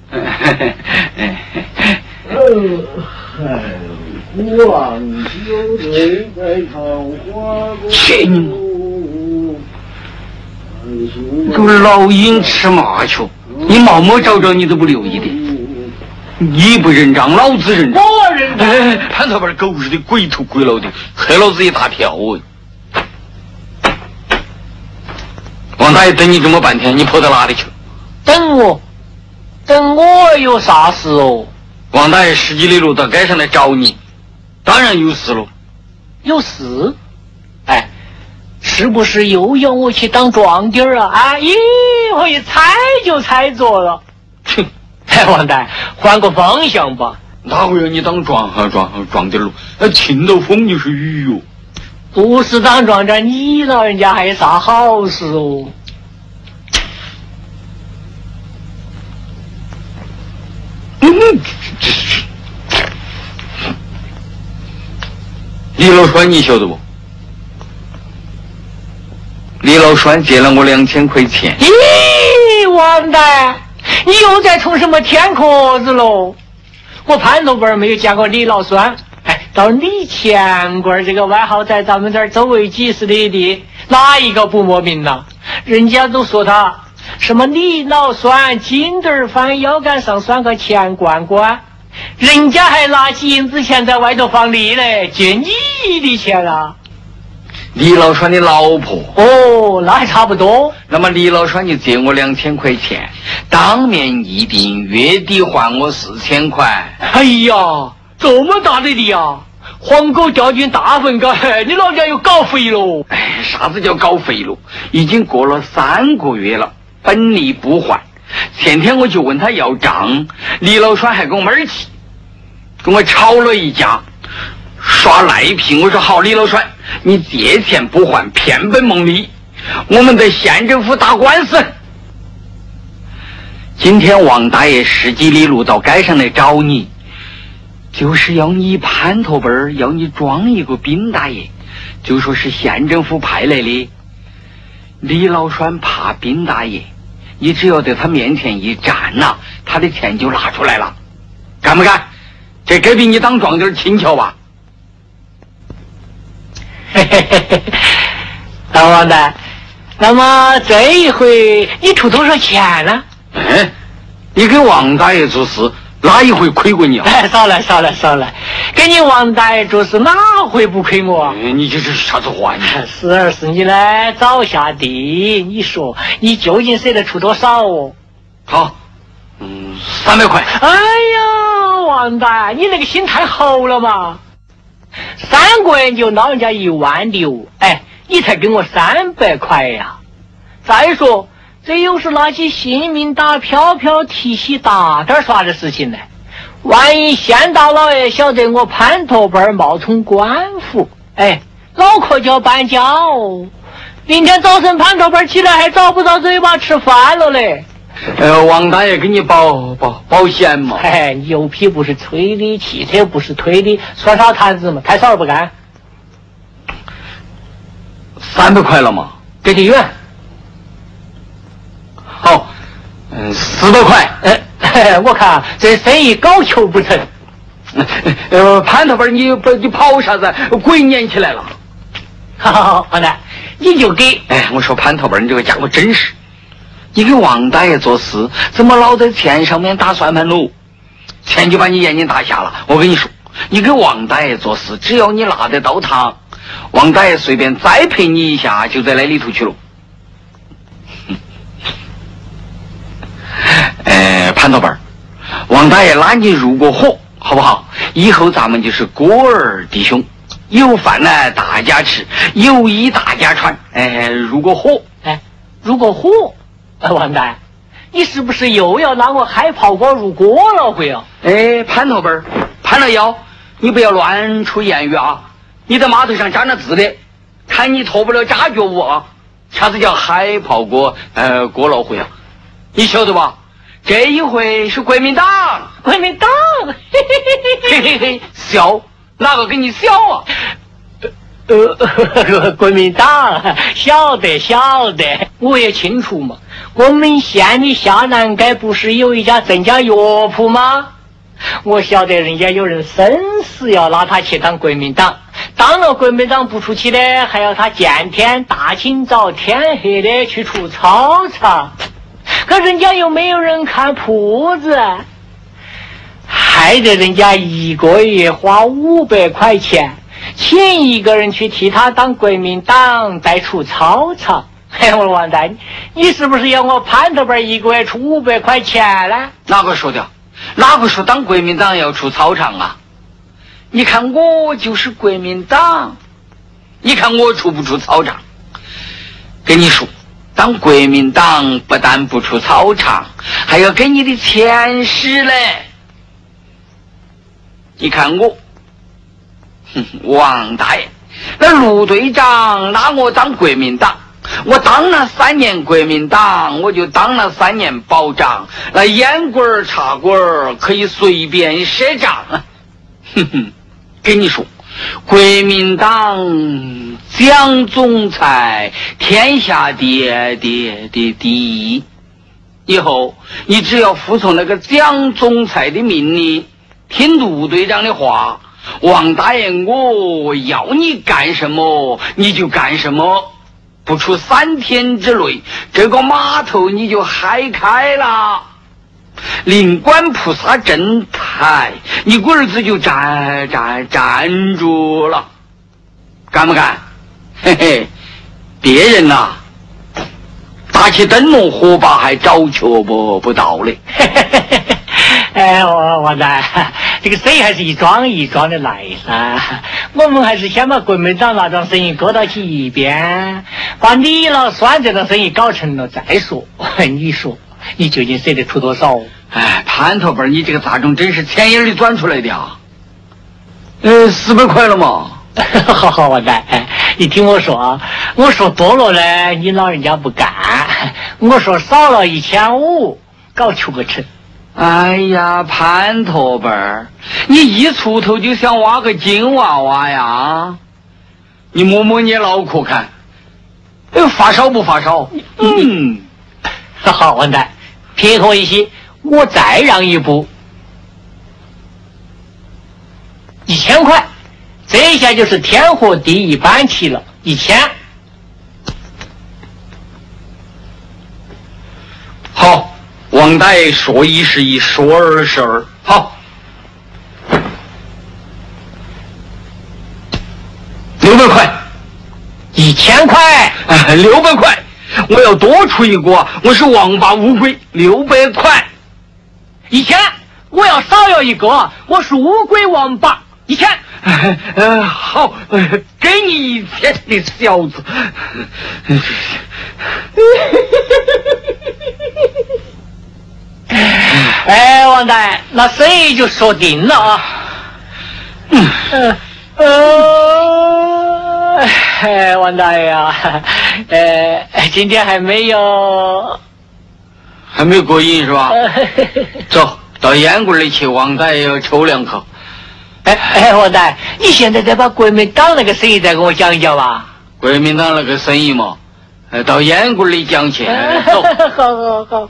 望秋水在桃花你给我老鹰吃麻雀，你毛毛找找你都不留意的，你不认账，老子认账。 我认账。 潘头把狗日的鬼头鬼脑的，吓老子一大跳。王大爷等你这么半天，你跑到哪里去？ 等我有啥事哦？ 王大爷10几里路到街上来找你，当然有事喽。 有事？哎，是不是又要我去当壮丁啊？啊，咦，我一猜就猜着了。 哼， 哎，王大爷，换个方向吧。 哪会让你当壮丁喽？听到风就是雨哟。 不是当壮丁，你老人家还有啥好事哦？ 李老栓你晓得不？李老栓借了我2000块钱。 咦，王大，你又在充什么天壳子喽？我潘头辈没有见过李老栓，哎，到李钱棍这个外号在咱们这儿周围几十里地，哪一个不莫名呢？人家都说他什么李老栓筋斗翻腰杆上拴个钱罐罐，人家还拿起银子钱在外头放利嘞，借你的钱啊！ 李老栓的老婆。 哦，那还差不多。 那么李老栓就借我2000块钱，当面议定月底还我4000块。 哎呀，这么大的利啊！黄狗掉进大粪盖，你老家又搞废喽！ 哎，啥子叫搞废喽？已经过了3个月了，本利不还。前天我就问他要账，李老栓还跟我闷儿气，跟我吵了一架，耍赖皮。我说好，李老栓，你借钱不还，骗本蒙利，我们在县政府打官司。今天王大爷10几里路到街上来找你，就是要你潘头辈儿，要你装一个兵大爷，就说是县政府派来的。李老栓怕兵大爷，你只要在他面前一站呐，他的钱就拿出来了，干不干？这该比你当壮丁轻巧吧？ 嘿嘿嘿嘿，老王的，那么这一回你出多少钱呢？ 哎，你给王大爷做事哪一回亏过你啊？ 哎，少来，给你王大爷做事哪回不亏我啊？ 你这是啥子话？ 时而是你来找下地，你说你究竟舍得出多少哦？ 好，300块。 哎呀，王大爷，你那个心太厚了嘛！3个人就捞人家16000，哎，你才给我300块呀！再说，这又是拿起性命打飘飘提起大点耍的事情呢。万一县大老爷晓得我潘头辈冒充官府，哎，脑壳就要搬家哦。明天早晨潘头辈起来还找不到嘴巴吃饭了嘞。 王大爷给你保险嘛？ 哎，牛皮不是吹的，汽车不是推的，说啥摊子嘛，太少了不干。 300块了嘛？ 给你远。 好，400块。 我看这生意搞球不成。 潘头辈你跑啥子？鬼撵起来了。 好，王大，你就给。 哎，我说潘头辈你这个家伙真是。你给王大爷做事，怎么老在钱上面打算盘喽？钱就把你眼睛打瞎了。我跟你说，你给王大爷做事，只要你拿得到他，王大爷随便栽培你一下，就在那里头去了。潘头辈儿，王大爷拉你入个伙，好不好？以后咱们就是哥儿弟兄，有饭呢大家吃，有衣大家穿。入个伙。 入个伙。王大爷，你是不是又要拿我海炮锅入锅了会啊？ 潘头辈儿，潘老幺，你不要乱出言语啊！你在码头上加那字的，看你脱不了扎脚舞啊！啥子叫海炮锅锅老会啊？你晓得吧？这一回是国民党， 国民党， 嘿嘿嘿，笑，哪个跟你笑啊？ 国民党晓得，我也清楚嘛。我们县的下南街不是有一家郑家药铺吗？我晓得人家有人生死要拉他去当国民党，当了国民党不出去呢，还要他见天大清早天黑的去出操场，可人家又没有人看铺子，害得人家一个月花500块钱请一个人去替他当国民党再出操场。嘿，我王大，你是不是要我潘头辈一个月出500块钱呢？ 哪个说的？ 哪个说当国民党要出操场啊？你看我就是国民党，你看我出不出操场？跟你说，当国民党不但不出操场，还要给你的前世嘞。你看我，王大爷，那陆队长拿我当国民党，我当了3年国民党，我就当了3年保长，那烟棍茶棍可以随便赊账。跟你说，国民党蒋总裁天下第一，以后你只要服从那个蒋总裁的命令，听陆队长的话，王大爷我要你干什么你就干什么，不出3天之内，这个码头你就嗨开了，灵官菩萨镇台，你儿子就站住了，干不干？嘿嘿，别人呐，打起灯笼火把还找求不到嘞。 哎，王大，这个生意还是一桩一桩的来噻。我们还是先把国民党那桩生意搁到起一边，把李老栓这桩生意搞成了再说。你说，你究竟舍得出多少？ 哎，潘头本，你这个杂种真是钱眼里钻出来的啊！400块了嘛？ 好，王大，你听我说啊，我说多了呢，你老人家不干；我说少了1500，搞出个成。 哎呀，潘头本儿，你一出头就想挖个金娃娃呀？你摸摸你脑壳看，发烧不发烧？ 好，王大，撇脱一些，我再让一步，1000块，这一下就是天和地一般齐了，1000。 好。王大爷说1是1，说2是2，好，600块 ，1000块 ，600块，我要多出一个，我是王八乌龟，600块 ，1000，我要少要一个，我是乌龟王八，1000。 好，给你1000，你小子。 哎，王大，那生意就说定了啊。王大爷啊，今天还没过瘾是吧？走到烟馆里去，王大爷要抽2口。 王大，你现在再把国民党那个生意再给我讲一讲吧。 国民党那个生意嘛，到烟馆里讲去。走。 好。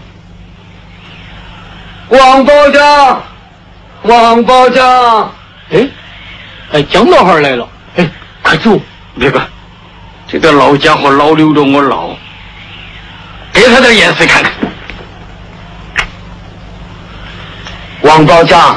王保长， 江老汉来了，快走！ 别管，这个老家伙老溜着我闹，给他点颜色看看。 王保长，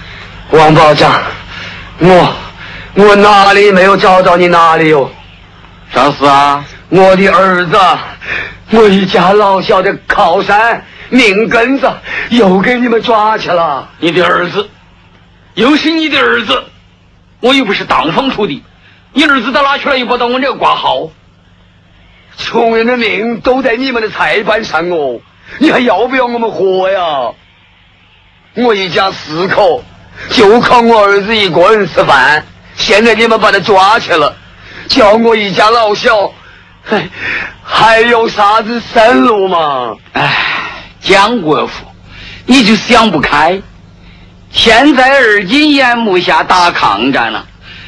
我哪里没有找到你哪里哟？ 啥事啊？ 我的儿子，我一家老小的靠山命根子又给你们抓去了。 你的儿子，又是你的儿子，我又不是当房出的，你儿子到哪去了又不到我这个挂号？ 穷人的命都在你们的菜板上哦，你还要不要我们活呀？我一家4口就靠我儿子一个人吃饭，现在你们把他抓去了，叫我一家老小还有啥子生路吗？ 蒋国富，你就想不开。现在二金眼目下打抗战了，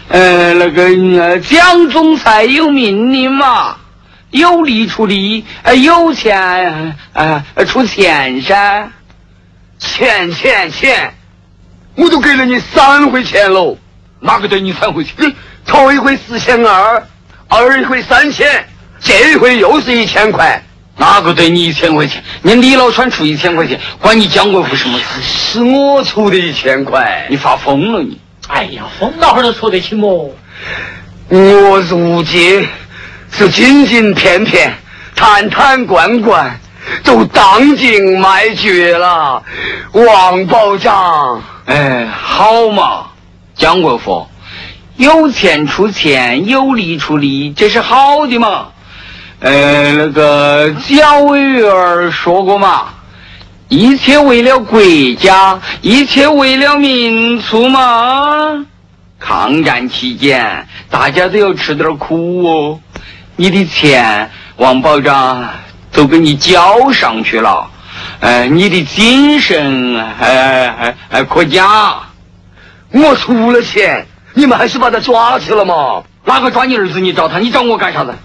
蒋总裁有命令嘛，有力出力，有钱出钱噻。 钱，我都给了你3回钱喽。 哪个对你3回钱？ 头一回4200，二一回3000，这一回又是1000块。 哪个对你1000块钱？你李老川出1000块钱，关你蒋国富什么事？ 是我出的1000块。 你发疯了你！ 哎呀，疯老汉都出得起么？ 我入京是金金片片，坛坛罐罐， 都当今卖绝了。王保长， 哎，好嘛，蒋国富，有钱出钱，有力出力，这是好的嘛。那个蒋委员说过嘛，一切为了国家，一切为了民族嘛。抗战期间，大家都要吃点苦哦。你的钱，王保长都给你交上去了。你的精神，可嘉。 我出了钱，你们还是把他抓去了吗？ 哪个抓你儿子？你找他，你找我干啥子？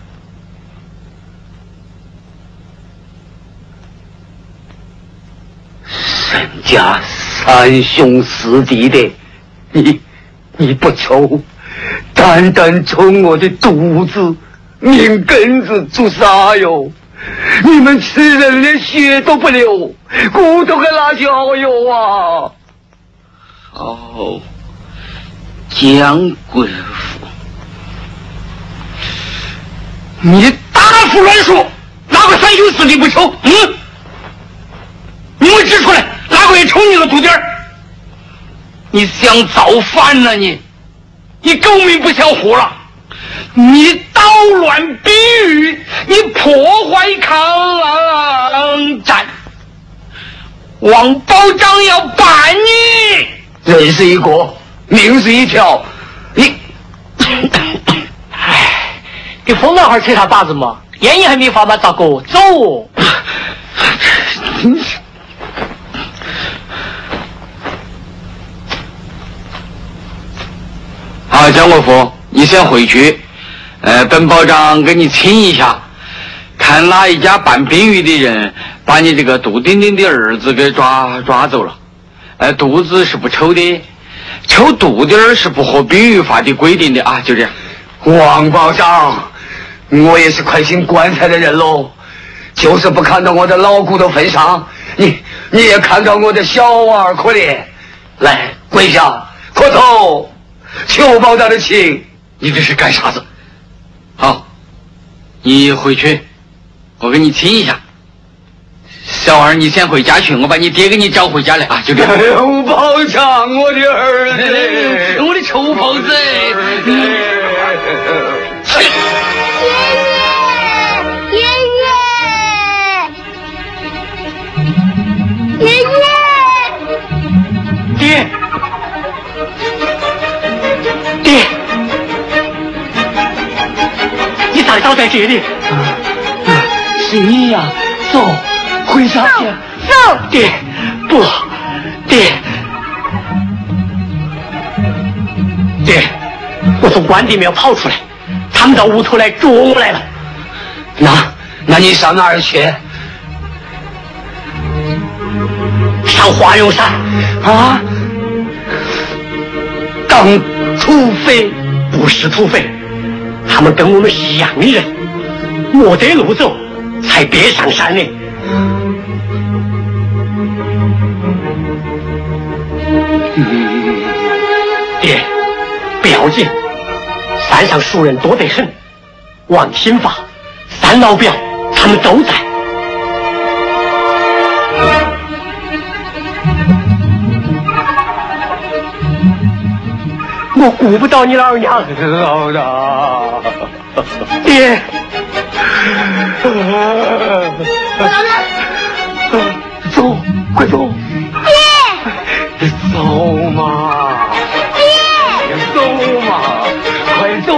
沈家三兄四弟的，你不抽，单单抽我的肚子、命根子做啥哟？你们吃人连血都不流，骨头还哪叫有啊？ 哦，蒋贵妇，你大胡乱说，哪个三兄四弟不抽？你们指出来，哪个也抽你个肚底儿？你想造反了你狗命不想活了，你捣乱比喻，你破坏抗战，王保长要办你。 人是一个，命是一条，你， 哎，给疯男孩扯他把子嘛，烟瘾还没发吗？咋个走哦？ 好，蒋国富，你先回去，本保长给你请一下，看哪一家办宾语的人把你这个杜丁丁的儿子给抓走了。肚子是不抽的，抽肚丁儿是不合宾语法的规定的啊，就这样。 王保长，我也是快进棺材的人喽，就是不看到我的老骨头份上，你也看到我的小娃儿可怜，来跪下磕头，求保长的情。 你这是干啥子？好，你回去，我给你亲一下。小二，你先回家去，我把你爹给你找回家来啊！就这样。 王保长，我的儿子， 我的臭袍子！ 爷爷， 爹，你咋倒在这里？是你呀，走，回家去。 走， 爹，不，爹，我从官邸里面跑出来，他们到屋头来捉我来了。 那你上哪儿去？ 上华容山啊？当土匪？ 不是土匪，他们跟我们是一样的人，没得路走，才别上山的。爹，不要紧，山上熟人多得很，王新发、三老表他们都在。我顾不到你老娘， 老大， 爹，走，快走！ 爹， 走嘛！ 爹， 走嘛！快走！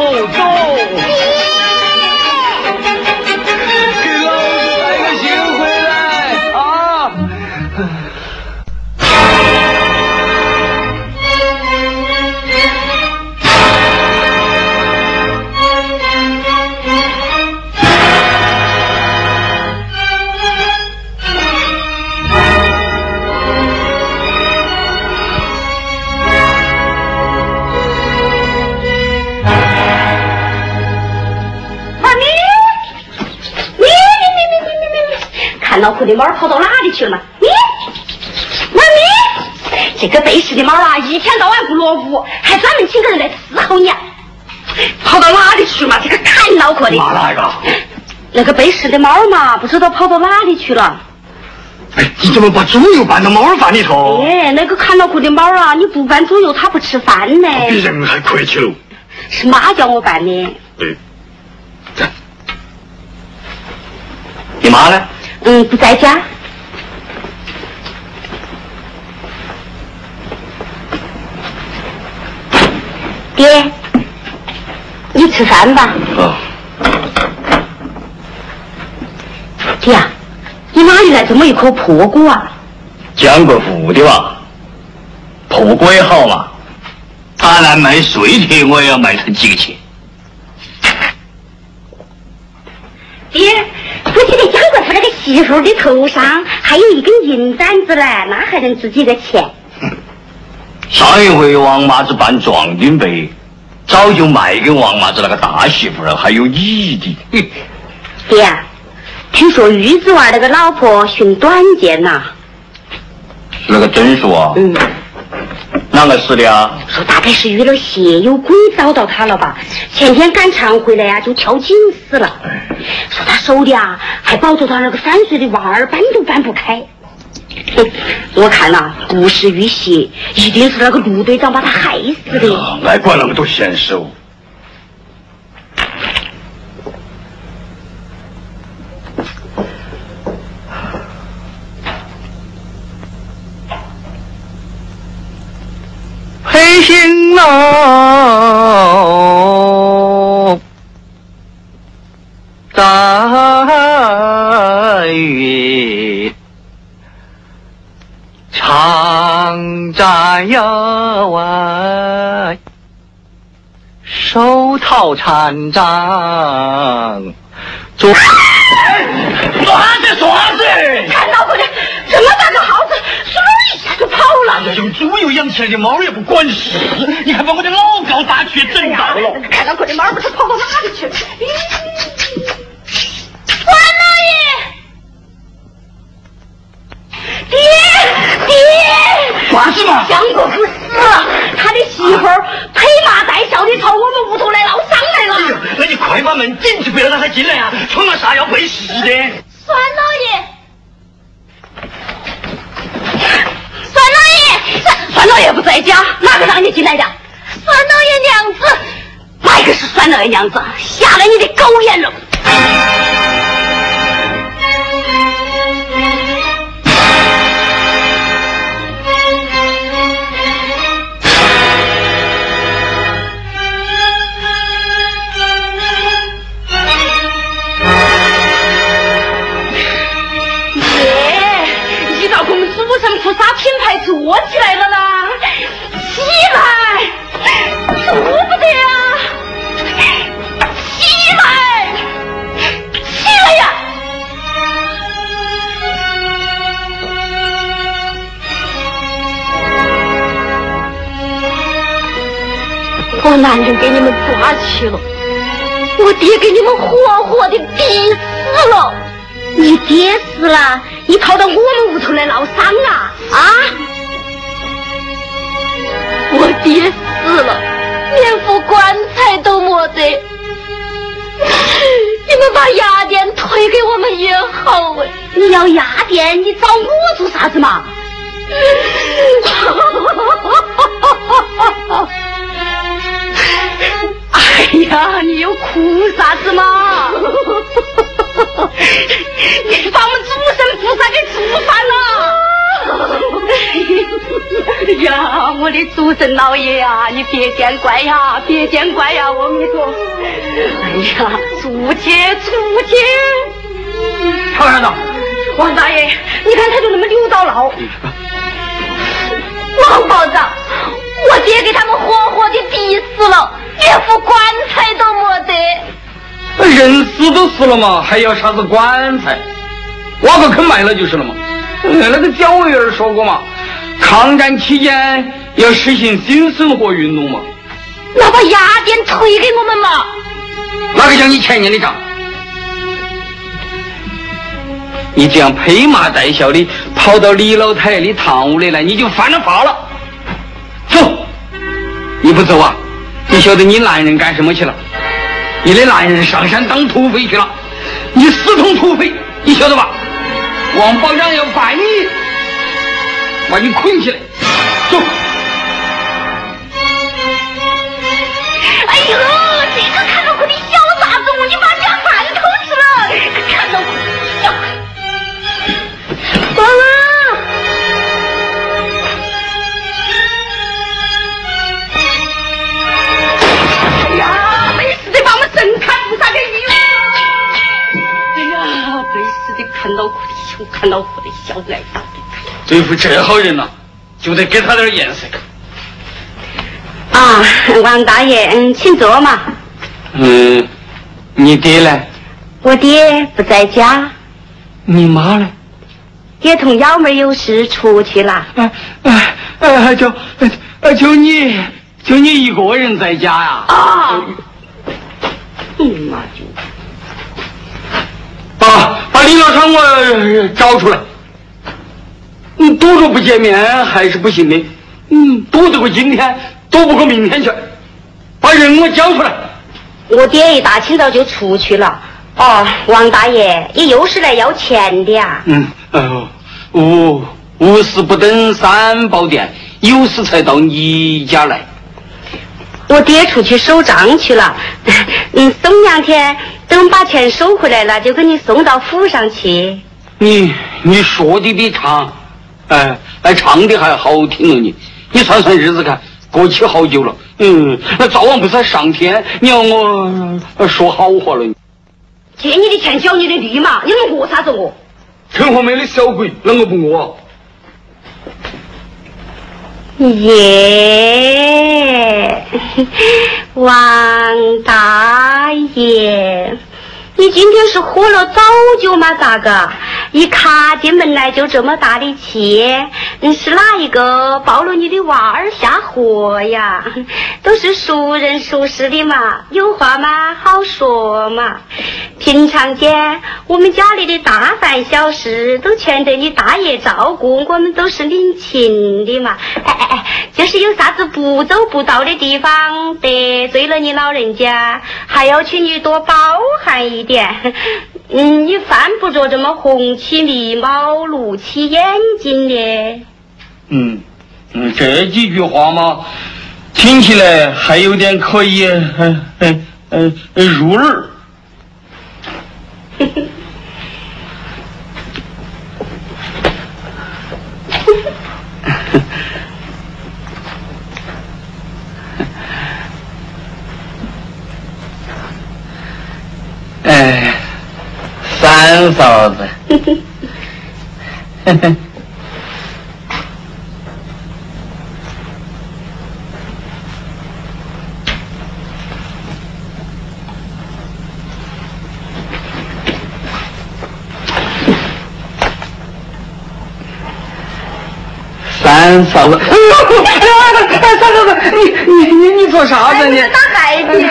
给老子带个信回来啊！ 看恼火的猫跑到哪里去了嘛？妈咪，这个背时的猫啊，一天到晚不落屋，还专门请个人来伺候你，跑到哪里去嘛？这个看恼火的。 妈来个， 那个被试的猫嘛，不知道跑到哪里去了。 哎，你怎么把猪油拌到猫儿饭里头？ 哎，那个看到过的猫啊，你不拌猪油它不吃饭呢。 比人还客气喽。 是妈叫我拌的。 对。你妈呢？ 不在家。爹，你吃饭吧。 哦。 爹啊，你哪里来这么一颗破锅啊？ 讲过富的吧，破锅也好嘛。他来卖碎铁，我也要卖他几个钱。 爹，我记得蒋国富那个媳妇的头上还有一根银簪子嘞，那还能值几个钱？ 上一回王麻子办壮丁杯，早就卖给王麻子那个大媳妇了，还有你的。 爹啊，听说玉子娃那个老婆寻短见呐。 是那个真说啊？哪个死的啊？ 说大概是遇了邪，有鬼找到他了吧？前天赶场回来呀，就跳井死了。说他手里啊还抱着他那个3岁的娃儿，搬都搬不开。我看呐，不是遇邪，一定是那个陆队长把他害死的。 爱管那么多闲事哦。 黑心喽，大雨常在野外，手套禅杖。 抓子！ 看到过的，这么大个耗子，嗖一下就跑了。 用猪油养起来的猫也不管事，你还把我的老高大去整到了。 看到过的猫不知跑到哪里去了。关老爷，爹， 干什么？ 蒋国富死了，他的媳妇儿披麻戴孝的朝我们屋头来捞伤来了。 哎呀，那你快把门紧起，不要让他进来啊！闯了啥要被戏的。 孙老爷，孙老爷不在家，哪个让你进来的？孙老爷娘子，哪个是孙老爷娘子？下了你的狗眼了！主神菩萨品牌做起来了啦！起来，做不得啊！起来，起来呀！我男人给你们抓去了，我爹给你们活活的逼死了。你爹死了，你跑到我们屋头来闹丧啊！啊！我爹死了，连副棺材都没得。你们把雅典推给我们也好哎。你要雅典，你找我做啥子嘛？哎呀，你又哭啥子嘛？你把我们主神菩萨给触犯了！哎呀，我的主神老爷呀，你别见怪呀，别见怪呀，阿弥陀。哎呀，出去！ 吵啥子？ 王大爷，你看他就那么扭到老。王保长，我爹给他们活活的逼死了，连副棺材都没得。 人死都死了嘛，还要啥子棺材？挖个坑埋了就是了嘛。那个蒋委员说过嘛，抗战期间要实行新生活运动嘛。 那把雅典推给我们嘛？ 哪个像你前年的账？你这样披麻戴孝的跑到李老太的堂屋里来，你就犯了法了。走，你不走啊？你晓得你男人干什么去了？你的男人上山当土匪去了。 你私通土匪，你晓得吧？王保长要办你，把你捆起来，走。 哎呦，这个看到我的小杂种，你把人家饭偷吃了，看到我小妈妈。哎呀，没事的，把我们正看不啥给你了。哎呀，没事的，看到我的小奶子。 对付这号人呐，就得给他点颜色。 啊，王大爷，请坐嘛。 你爹呢？ 我爹不在家。 你妈呢？ 爹同幺妹有事出去了。 就你一个人在家呀？ 啊！妈就。 把李老长我找出来。躲着不见面还是不行的。躲得过今天，躲不过明天去。把人我交出来。 我爹一大清早就出去了。哦，王大爷，也又是来要钱的呀？ 无事不登三宝殿，有事才到你家来。 我爹出去收账去了。送2天，等把钱收回来了，就给你送到府上去。 你说的比唱，唱的还好听了你算算日子看，过去好久了。那早晚不是上天，你要我说好话了。 借你的钱缴你的律嘛，你能饿啥子我？ 陈和妹的小鬼，啷个不饿？ 耶，王大爷，你今天是喝了早酒吗？咋个一卡进门来就这么大的气？是哪一个抱了你的娃儿下河呀？都是熟人熟事的嘛，有话嘛好说嘛。平常间我们家里的大饭小事都全得你大爷照顾，我们都是领情的嘛。就是有啥子不走不到的地方，得罪了你老人家，还要请你多包涵一点。你犯不着这么红起眉毛露起眼睛的。 这几句话嘛，听起来还有点可以入耳。三嫂子。三嫂子，三嫂子，你做啥子呢？ 打孩子。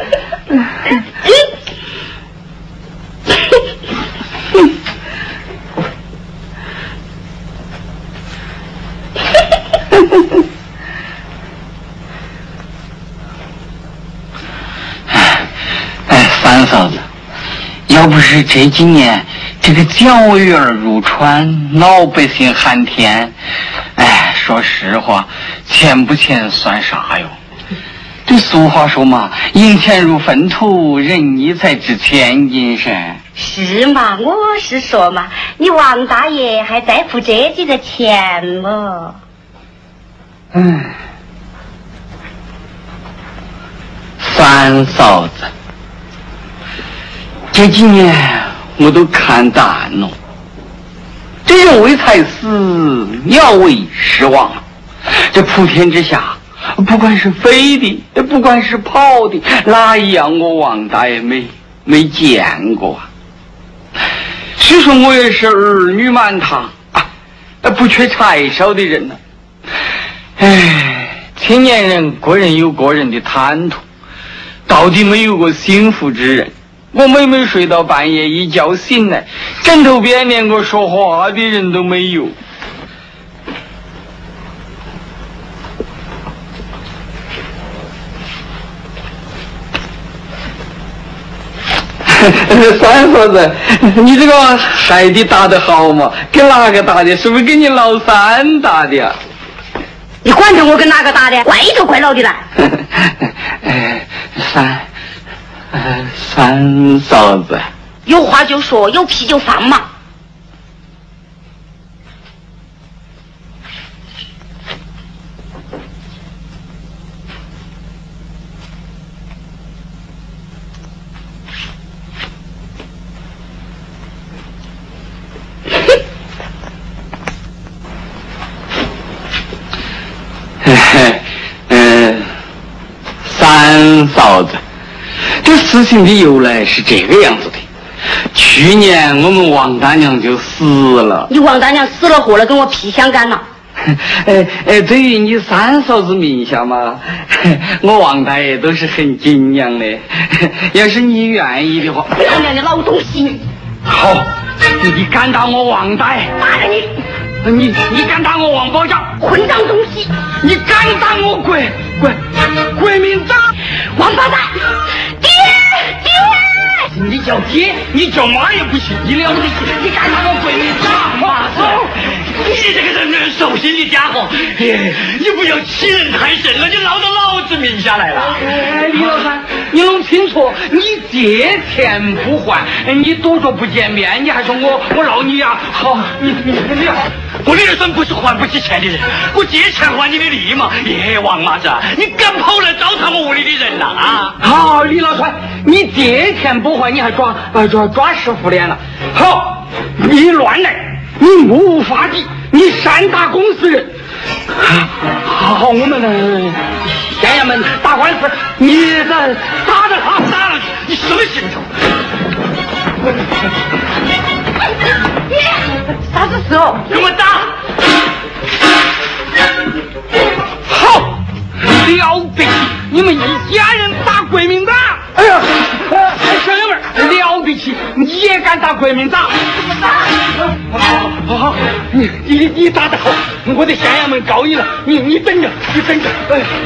三嫂子，要不是这几年这个教育儿如川，老百姓寒天，说实话，钱不钱算啥哟？这俗话说嘛，银钱如粪土，人意才值千金噻。 是嘛，我是说嘛，你王大爷还在乎这几个钱么？ 三嫂子，这几年我都看淡了。这人为财死，鸟为食亡。这普天之下，不管是飞的，不管是跑的，哪一样我王大爷没见过啊？虽说我也是儿女满堂不缺柴烧的人呢。青年人个人有个人的贪图，到底没有个幸福之人。我每每睡到半夜，一觉醒来，枕头边连个说话的人都没有。 三嫂子，你这个海底打得好嘛？跟哪个打的？是不是跟你老三打的呀？ 你管着我跟哪个打的？怪头怪脑的来。 三嫂子， 有话就说，有屁就放嘛。 三嫂子，这事情的由来是这个样子的。去年我们王大娘就死了。 你王大娘死了活了，跟我屁相干了。 对于你三嫂子名下嘛，我王大爷都是很敬仰的。要是你愿意的话， 老娘的老东西！ 好，你敢打我王大爷？ 打了你！ 你敢打我王保长？ 混账东西！ 你敢打我国民党？ 王八蛋！爹！ 你叫爹，你叫妈也不行，你了不起！你敢打我国民党？妈走！ 你这个人手心的家伙，你不要欺人太甚了，你捞到老子名下来了。 李老三，你弄清楚，你借钱不还，你躲着不见面，你还说我捞你呀？好，你好。 我的儿孙不是还不起钱的人，我借钱还你的利嘛。王麻子，你敢跑来糟蹋我屋里的人呐？啊！ 好，李老川，你借钱不还，你还抓师傅脸了。好，你乱来，你目无法纪，你擅打公司人。好，我们县衙门打官司，你打得好， 打了你什么心头？ 啥子事哦？ 给我打！ 好，了不起！你们一家人打国民党！哎呀，小爷们儿，了不起！你也敢打国民党？好，你打得好，我在县衙门告你了，你等着，你等着。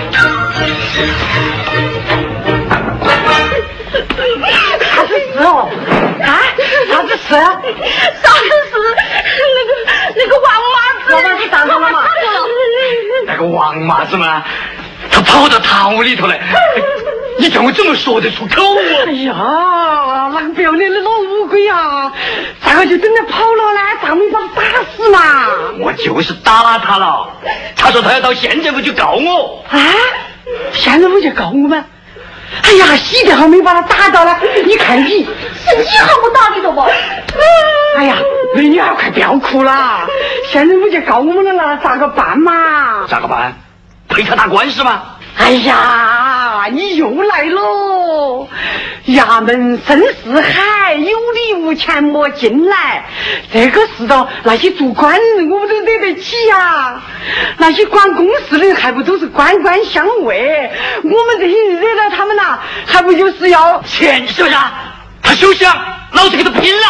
啥子事哦？啊？啥子事？ 啥子事？那个王麻子， 王麻子打到了吗？ 那个王麻子嘛，他跑到堂屋里头来，你叫我怎么说得出口哦？ 哎呀，那个不要脸的老乌龟啊，咋个就真的跑了呢？咋没把他打死嘛？ 我就是打他了，他说他要到县政府去告我。 啊？县政府去告我们？哎呀，喜得好没把他打到了，你看你， 是你好不打的了吧？ 哎呀，美女啊，快不要哭了，县政府去告我们了，那咋个办嘛？ 咋个办？陪他打官司吗？ 哎呀，你又来喽！衙门深似海，有理无钱莫进来。这个世道，那些做官人我们都惹得起呀，那些管公事的人还不都是官官相卫？我们这些人惹到他们呐，还不就是要钱是不是？他休想，老子跟他拼了！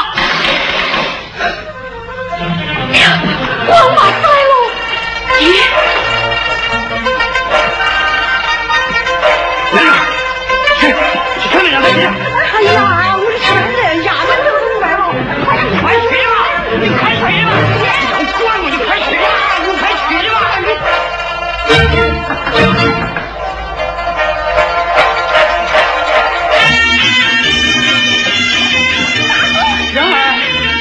哎呀，王麻子来了！ 来人，去看那让他去。 哎呀，我的天哪，衙门都来了！ 你快去吧，你快去吧！你要管我，你快去吧，你快去吧！ 杨来，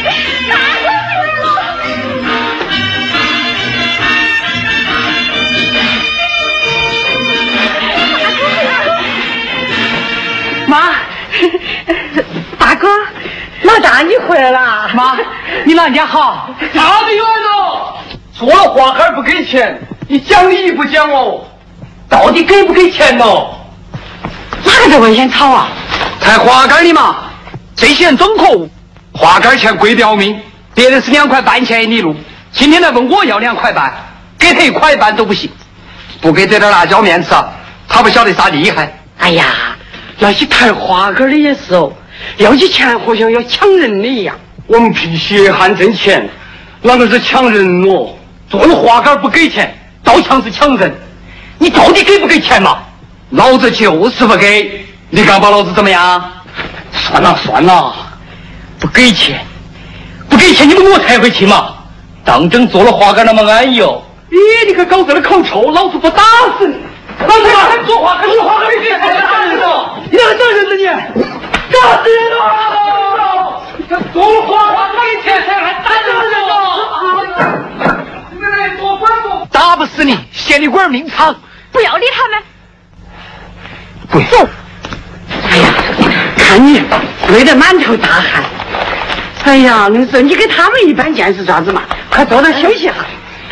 妈，大哥，老大你回来了。 妈，你老人家好。啥子冤哦？说了话还不给钱，你讲理不讲哦？到底给不给钱哦？ 哪个在问先吵啊？ 抬花杆的嘛，这些人总可恶。花杆钱归表明，别人是2块半钱一里路，今天来问我要2块半，给他1块半都不行，不给这点辣椒面吃啊，他不晓得啥厉害。 哎呀，那些抬花杆的也是哦，要起钱好像要抢人的一样。 我们凭血汗挣钱，啷个是抢人哦？做了花杆不给钱，倒像是抢人。你到底给不给钱嘛？老子就是不给，你敢把老子怎么样？ 算了算了，不给钱，不给钱，你们我才回去嘛！当真做了花干那么安逸哦？咦，你个狗子的口臭，老子不打死你！老子还说话，还说话，还没给还打人了！你哪个责任呢你？打死人了！做了花没钱还打人了！你们来多管不？打不死你，嫌你玩命长！ 不要理他们。 不走！ 哎呀，看你累得满头大汗。哎呀，你说你跟他们一般见识啥子嘛？快坐着休息下。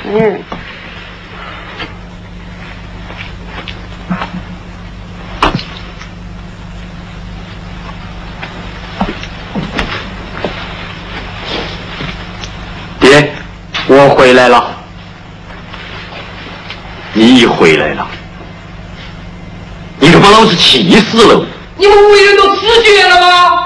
爹，我回来了。你回来了，你可把老子气死了！ 你们五人都死绝了吗？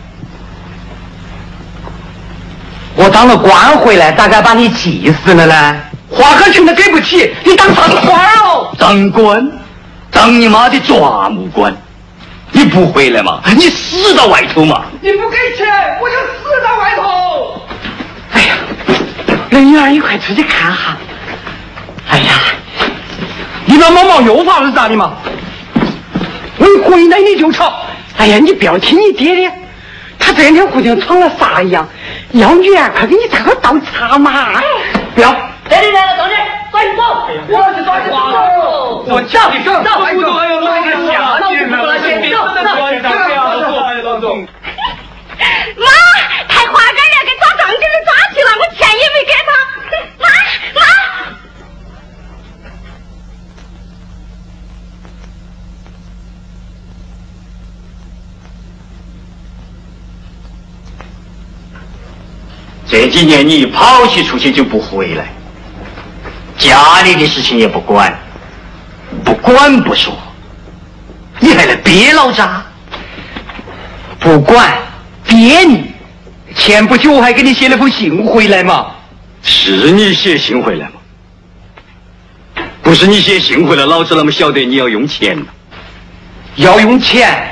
我当了官回来，咋该把你气死了呢？ 花可穷的给不起，你当啥子官哦？ 当官？当你妈的抓木官！你不回来嘛？你死到外头嘛？ 你不给钱，我就死在外头！ 哎呀，人女儿，你快出去看哈！哎呀， 你把毛毛又发了咋的嘛？我一回来你就吵！ 哎呀，你不要听你爹的，他这两天好像闯了啥一样。要女儿，快给你这个倒茶嘛！ 不要！ 来来来，同志，抓紧走！ 我是抓紧走！我叫你上，还有那个下去了， 妈，抬花杆的给抓壮丁的抓去了，我钱也没给他。妈。 这几年你一跑起出去就不回来，家里的事情也不管，不管不说，你还来憋老子？ 不管憋你，前不久我还给你写了封信回来嘛。 是你写信回来吗？不是你写信回来，老子那么晓得你要用钱呢？ 要用钱。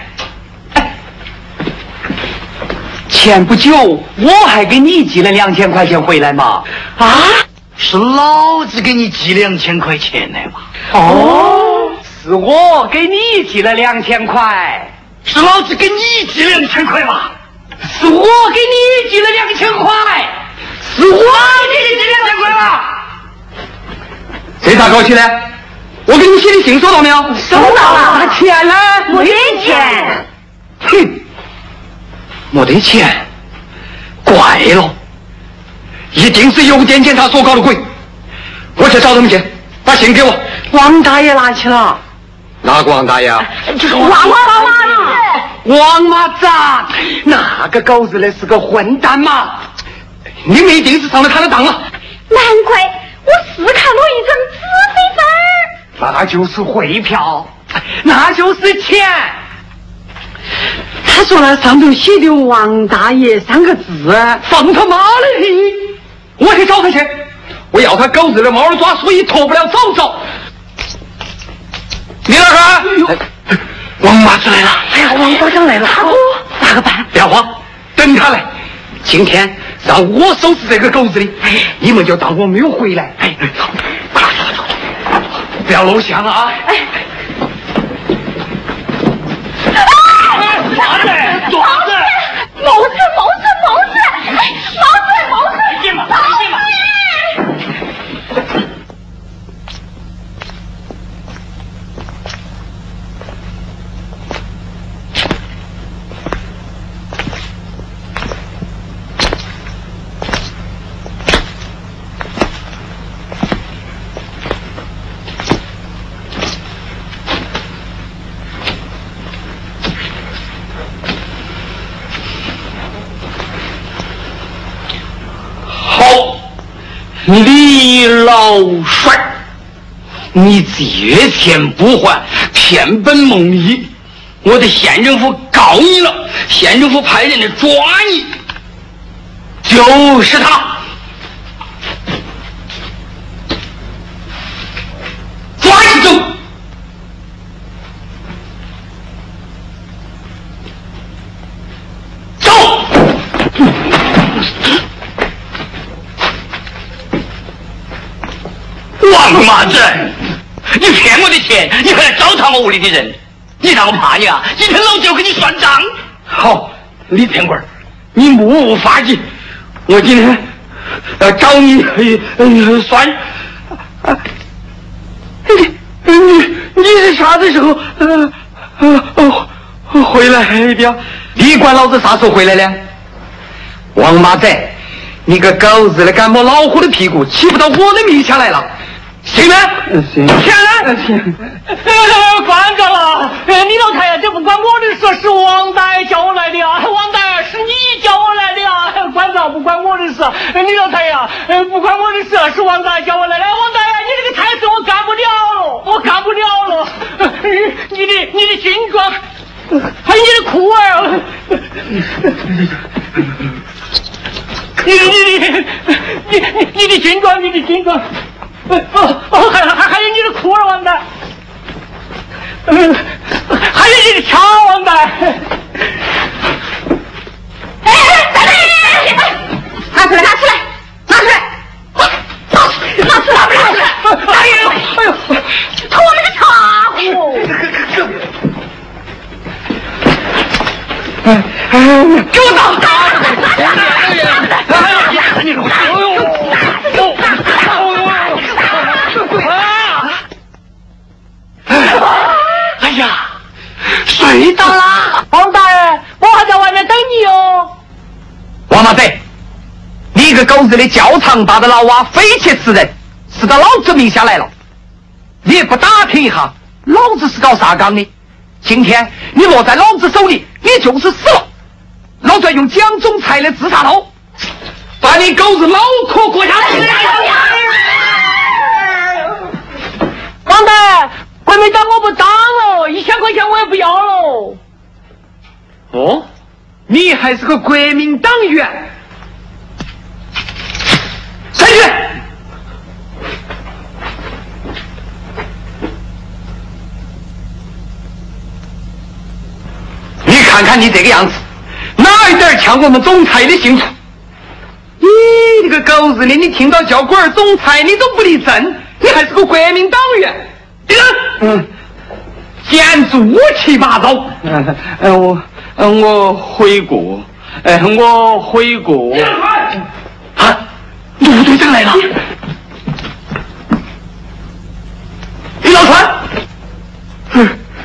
前不久我还给你寄了2000块钱回来嘛。 啊？是老子给你寄2000块钱来嘛？ 哦，是我给你寄了2000块。 是老子给你寄2000块嘛？ 是我给你寄了2000块。是我给你寄2000块嘛？这咋搞起来？我给你写的信收到没有？ 收到了。 那钱呢？ 没钱。 哼，没得钱，怪了，一定是邮电检查所搞的鬼。我去找他们去，把信给我。 王大爷拿去了。 哪个王大爷？ 就是王妈妈。 王麻子，那个狗日的是个混蛋嘛！你们一定是上了他的当了。 难怪我试看了一张纸飞分， 那就是汇票，那就是钱。 他说那上头写的王大爷3个字， 放他妈的屁！我去找他去，我要他狗日的猫儿抓，所以脱不了早早。你那个，王麻子来了！ 哎呀，王科长来了，咋个办？ 不要慌，等他来。今天让我收拾这个狗子的，你们就当我没有回来。不要露相啊！ 抓子，抓子！ 帽子， 进吧，进吧。 李老帅，你借钱不还，骗本梦遗，我的县政府告你了，县政府派人来抓你，就是他，抓起走。 王麻子，你骗我的钱，你还来糟蹋我屋里的人，你让我怕你啊？今天老子要跟你算账。 好，李天官，你目无法纪，我今天找你算。你是啥子时候回来的？你管老子啥时候回来的？王麻子，你个狗日的，敢摸老虎的屁股，起不到我的名下来了。行吗？行。行。 关着了，李老太呀，这不关我的事，是王大爷叫我来的呀。王大爷，是你叫我来的呀。关着不关我的事，李老太呀，不关我的事，是王大爷叫我来的。王大爷，你这个差事我干不了了，我干不了了。你的军装，还有你的裤儿，你的军装，你的军装。还有你的裤儿，王大，还有你的枪，王大。 哎，在这里，拿出来，拿出来，拿出来，拿出来，拿出来！哎呦，偷我们的茶壶！ 给我打！ 哎呀，睡到啦！ 王大爷，我还在外面等你哦。 王麻子，你个狗日的叫长大的老娃，非去吃人，死到老子名下来了，你也不打听一下，老子是搞啥岗的？今天你落在老子手里，你就是死了。老子要用蒋总裁的自杀刀，把你狗日脑壳割下去！ 王大爷，国民党我不当了，1000块钱我也不要了。 哦，你还是个国民党员，上去！你看看你这个样子，哪一点像我们总裁的兴趣？你这个狗日的，你听到叫官总裁你都不立正，你还是个国民党员？简直乌七八糟！我回国，我回国。啊，陆队长来了！李老川，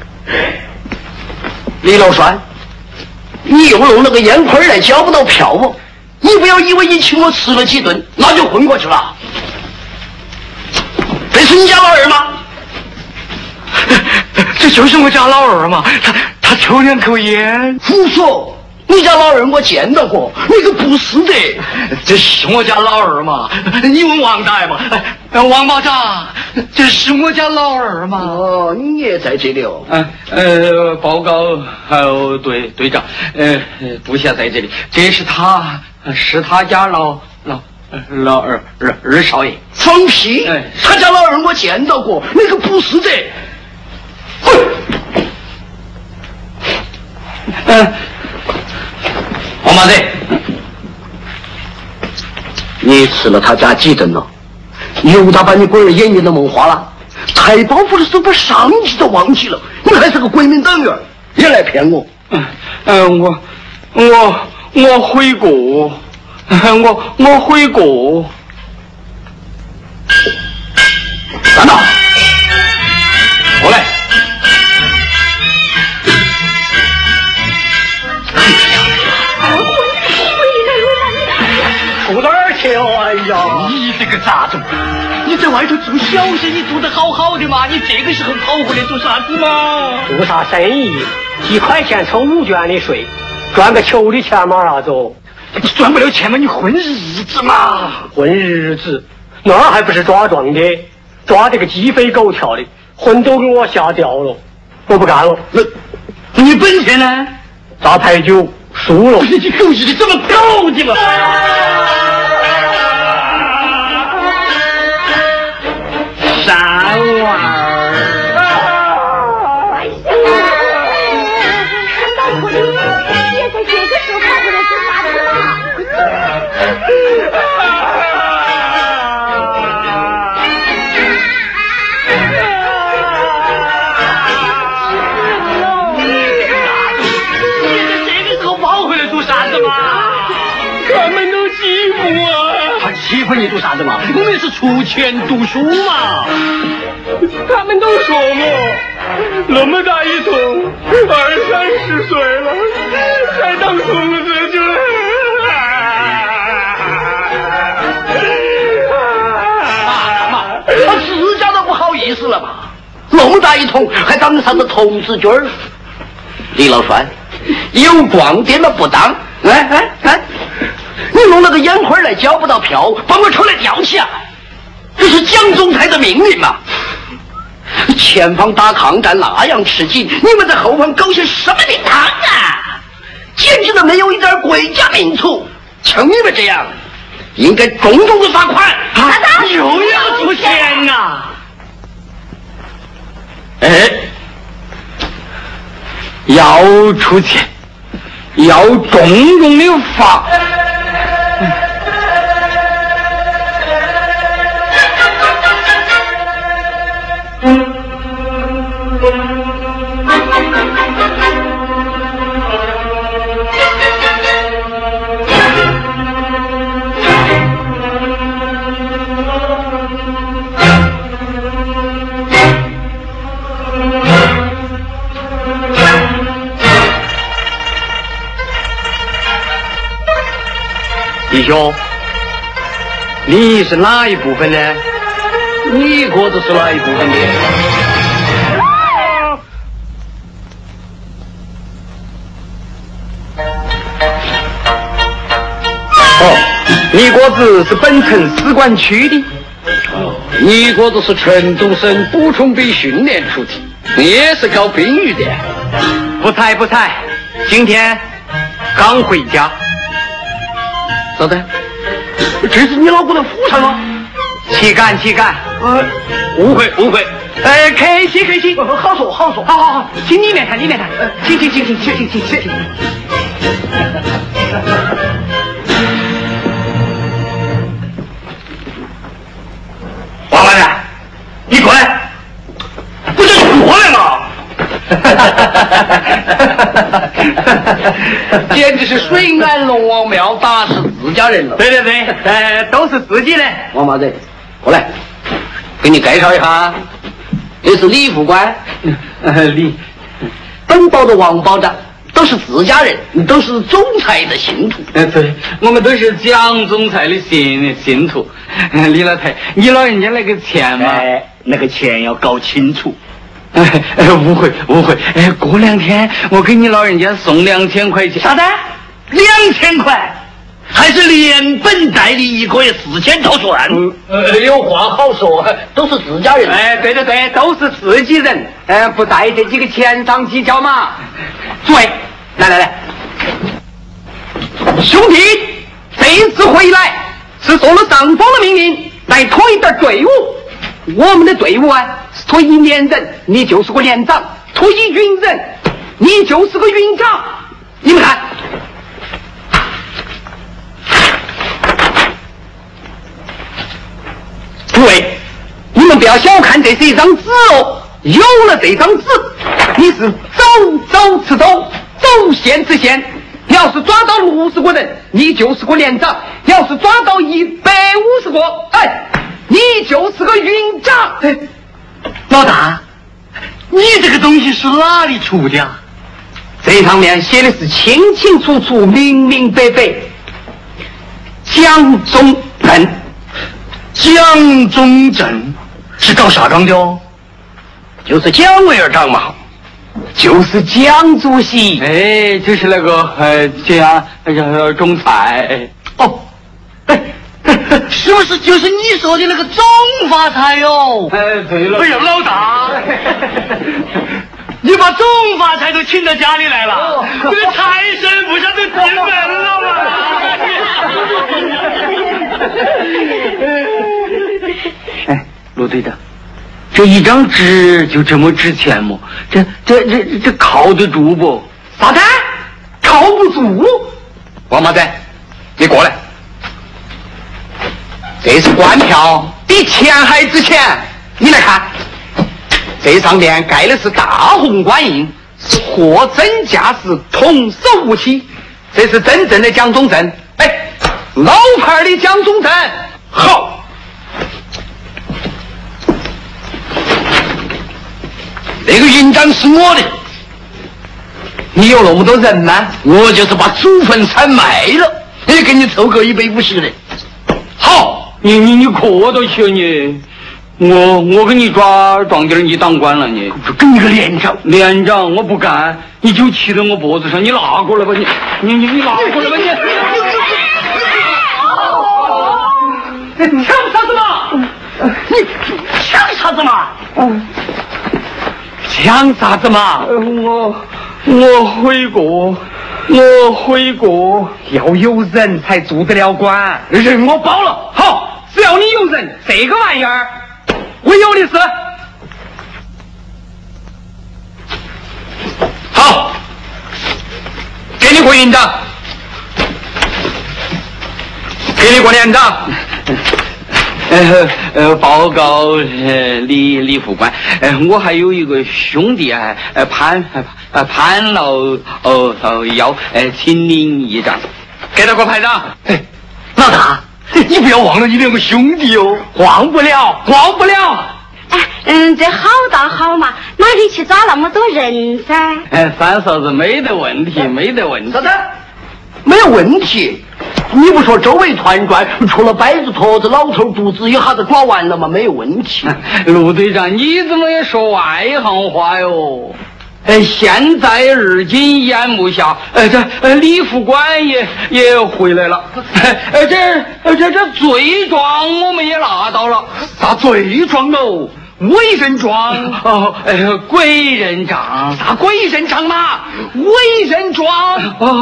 李老川，你又用那个烟灰来交不到票哦！你不要以为你请我吃了几顿，那就混过去了。这是你家老二吗？这就是我家老二嘛，他抽2口烟。胡说！你家老二我见到过，那个不是的。这是我家老二嘛？你问王大爷嘛？王保长，这是我家老二嘛？ 哦，你也在这里哦。 报告队长，部下在这里，这是他家老二少爷。 放屁！他家老二我见到过，那个不是的。 王麻子， 你吃了他家几顿了？又打把你龟儿眼睛都蒙花了，抬包袱的时候把上级都忘记了，你还是个国民党员，也来骗我？ 我回国，我回国。站到，过来。 我哪儿去哦？哎呀， 你这个杂种，你在外头做小生意做得好好的嘛，你这个时候跑回来做啥子嘛？ 做啥生意？几块钱抽5卷的税，赚个球的钱嘛啥子哦？ 你赚不了钱嘛，你混日子嘛。 混日子，那还不是抓壮的，抓这个鸡飞狗跳的，魂都给我吓掉了，我不干了。 你本钱呢？ 打牌九输了。 你狗日的怎么搞的嘛？ 三娃儿。 老婆，你也在这个时候跑回来做啥子嘛？ 欺负你做啥子嘛？我们是出钱读书嘛。 他们都说我那么大一头，20-30岁了，还当公子就。 他自家都不好意思了嘛，那么大一桶还当啥子童子军儿？李老帅，有光点了不当，哎，你弄那个烟灰来交不到票，把我抽来吊起啊！这是蒋总裁的命令嘛？前方打抗战那样吃紧，你们在后方搞些什么名堂啊？简直都没有一点国家民族，像你们这样。应该重重的罚款啊！又要出钱啊！哎， 要出钱，要重重的罚。 弟兄，你是哪一部分呢？你哥子是哪一部分的？哦，你哥子是本城使馆区的。哦，你哥子是成都省补充兵训练处的，也是搞兵役的。不才，今天刚回家。啥子？这是你老姑的府上吗？岂敢！误会。客气，好说。好，请里面看，请。王老板，你过来，不是过来吗？简直是水安龙王庙打死自家人了。对，都是自己人。王麻子，过来，给你介绍一下，这是李副官，本保的王保长，都是自家人，都是总裁的信徒。 对，我们都是蒋总裁的信徒。李老太，你老人家那个钱嘛， 那个钱要搞清楚。 误会。过2天我给你老人家送2000块钱。 啥子？2000块？还是连本带利1个月4000套算？有话好说，都是自家人。 对，都是自己人。不带这几个钱上计较嘛。诸位，来，兄弟，这次回来是受了上方的命令，来拖一点队伍。我们的队伍啊，是拖一连人，你就是个连长；拖一云人，你就是个云长。你们看，诸位，你们不要小看这是一张纸哦，有了这张纸，你是走吃走，走线吃线。你要是抓到60个人，你就是个连长；你要是抓到150个，你就是个云长。 老大，你这个东西是哪里出的啊？ 这上面写的是清清楚楚、明明白白。蒋中正是搞啥岗的哦？就是蒋委员长嘛， 就是蒋主席。 就是那个总裁。 哦，是不是就是你说的那个总发财哟？ 对了。 哎呀，老大，你把总发财都请到家里来了，这个财神不晓得进门了吗？ 陆队长，这一张纸就这么值钱吗？这靠得住不？ 啥子？靠不住？ 王麻子，你过来。这是官票，比钱还值钱。你来看，这上面盖的是大红官印，是货真价实，童叟无欺。这是真正的蒋中正，老牌的蒋中正。 好，那个营长是我的。 你有那么多人吗？ 我就是把祖坟山卖了，也给你凑够150的。好， 你阔到起你。我给你抓壮点，你当官了你？ 就跟你个连长， 我不干，你就骑在我脖子上，你拿过来吧你拿过来吧你抢啥子嘛？ 你抢啥子嘛？ 抢啥子嘛？我悔过，要有人才做得了官，人我包了。好，只要你有人，这个玩意儿。我有的是。 好，给你过营长，给你过连长。 报告李副官，我还有一个兄弟潘老幺，请您一仗， 给他个排长。老大，你不要忘了你两个兄弟哦。 忘不了。 哎，这好倒好嘛，哪里去抓那么多人噻？ 三嫂子没得问题。 啥子？没有问题。你不说周围团转，除了摆子、坨子、老头、犊子，一下子抓完了吗？没有问题。 陆队长，你怎么也说外行话哟？现在日今眼目下，这李副官也回来了。这罪状我们也拿到了。 啥罪状哦？委任状鬼人账。 啥鬼人账嘛？委任状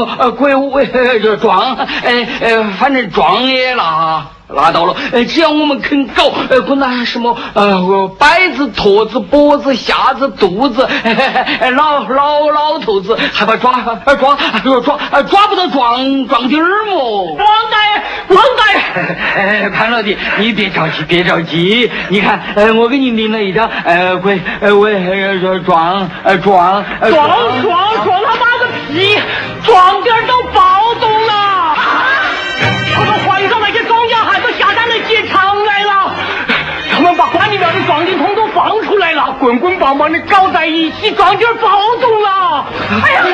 状，反正状也拿到了。只要我们肯搞，不拿什么摆子、坨子、脖子、下子、肚子，老头子还怕抓不到壮底儿么？ 王大爷， 潘老弟，你别着急，你看，我给你领了一张壮他妈个屁，壮底儿都暴动了！他们皇上那些庄稼汉都下单来结场来了，他们把关里面的壮丁通通放出来了，棍棍棒棒的搞在一起，壮底儿暴动了！哎呀！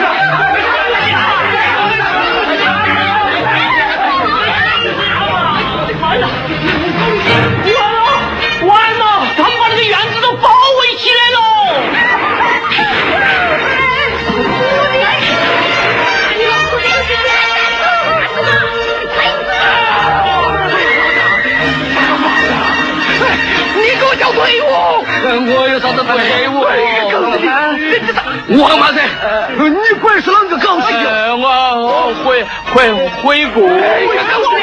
完了！他们把这个院子都包围起来了！ 你给我叫队伍！ 我有啥子队伍？ 我妈噻！你管是啷个搞起？ 我悔过。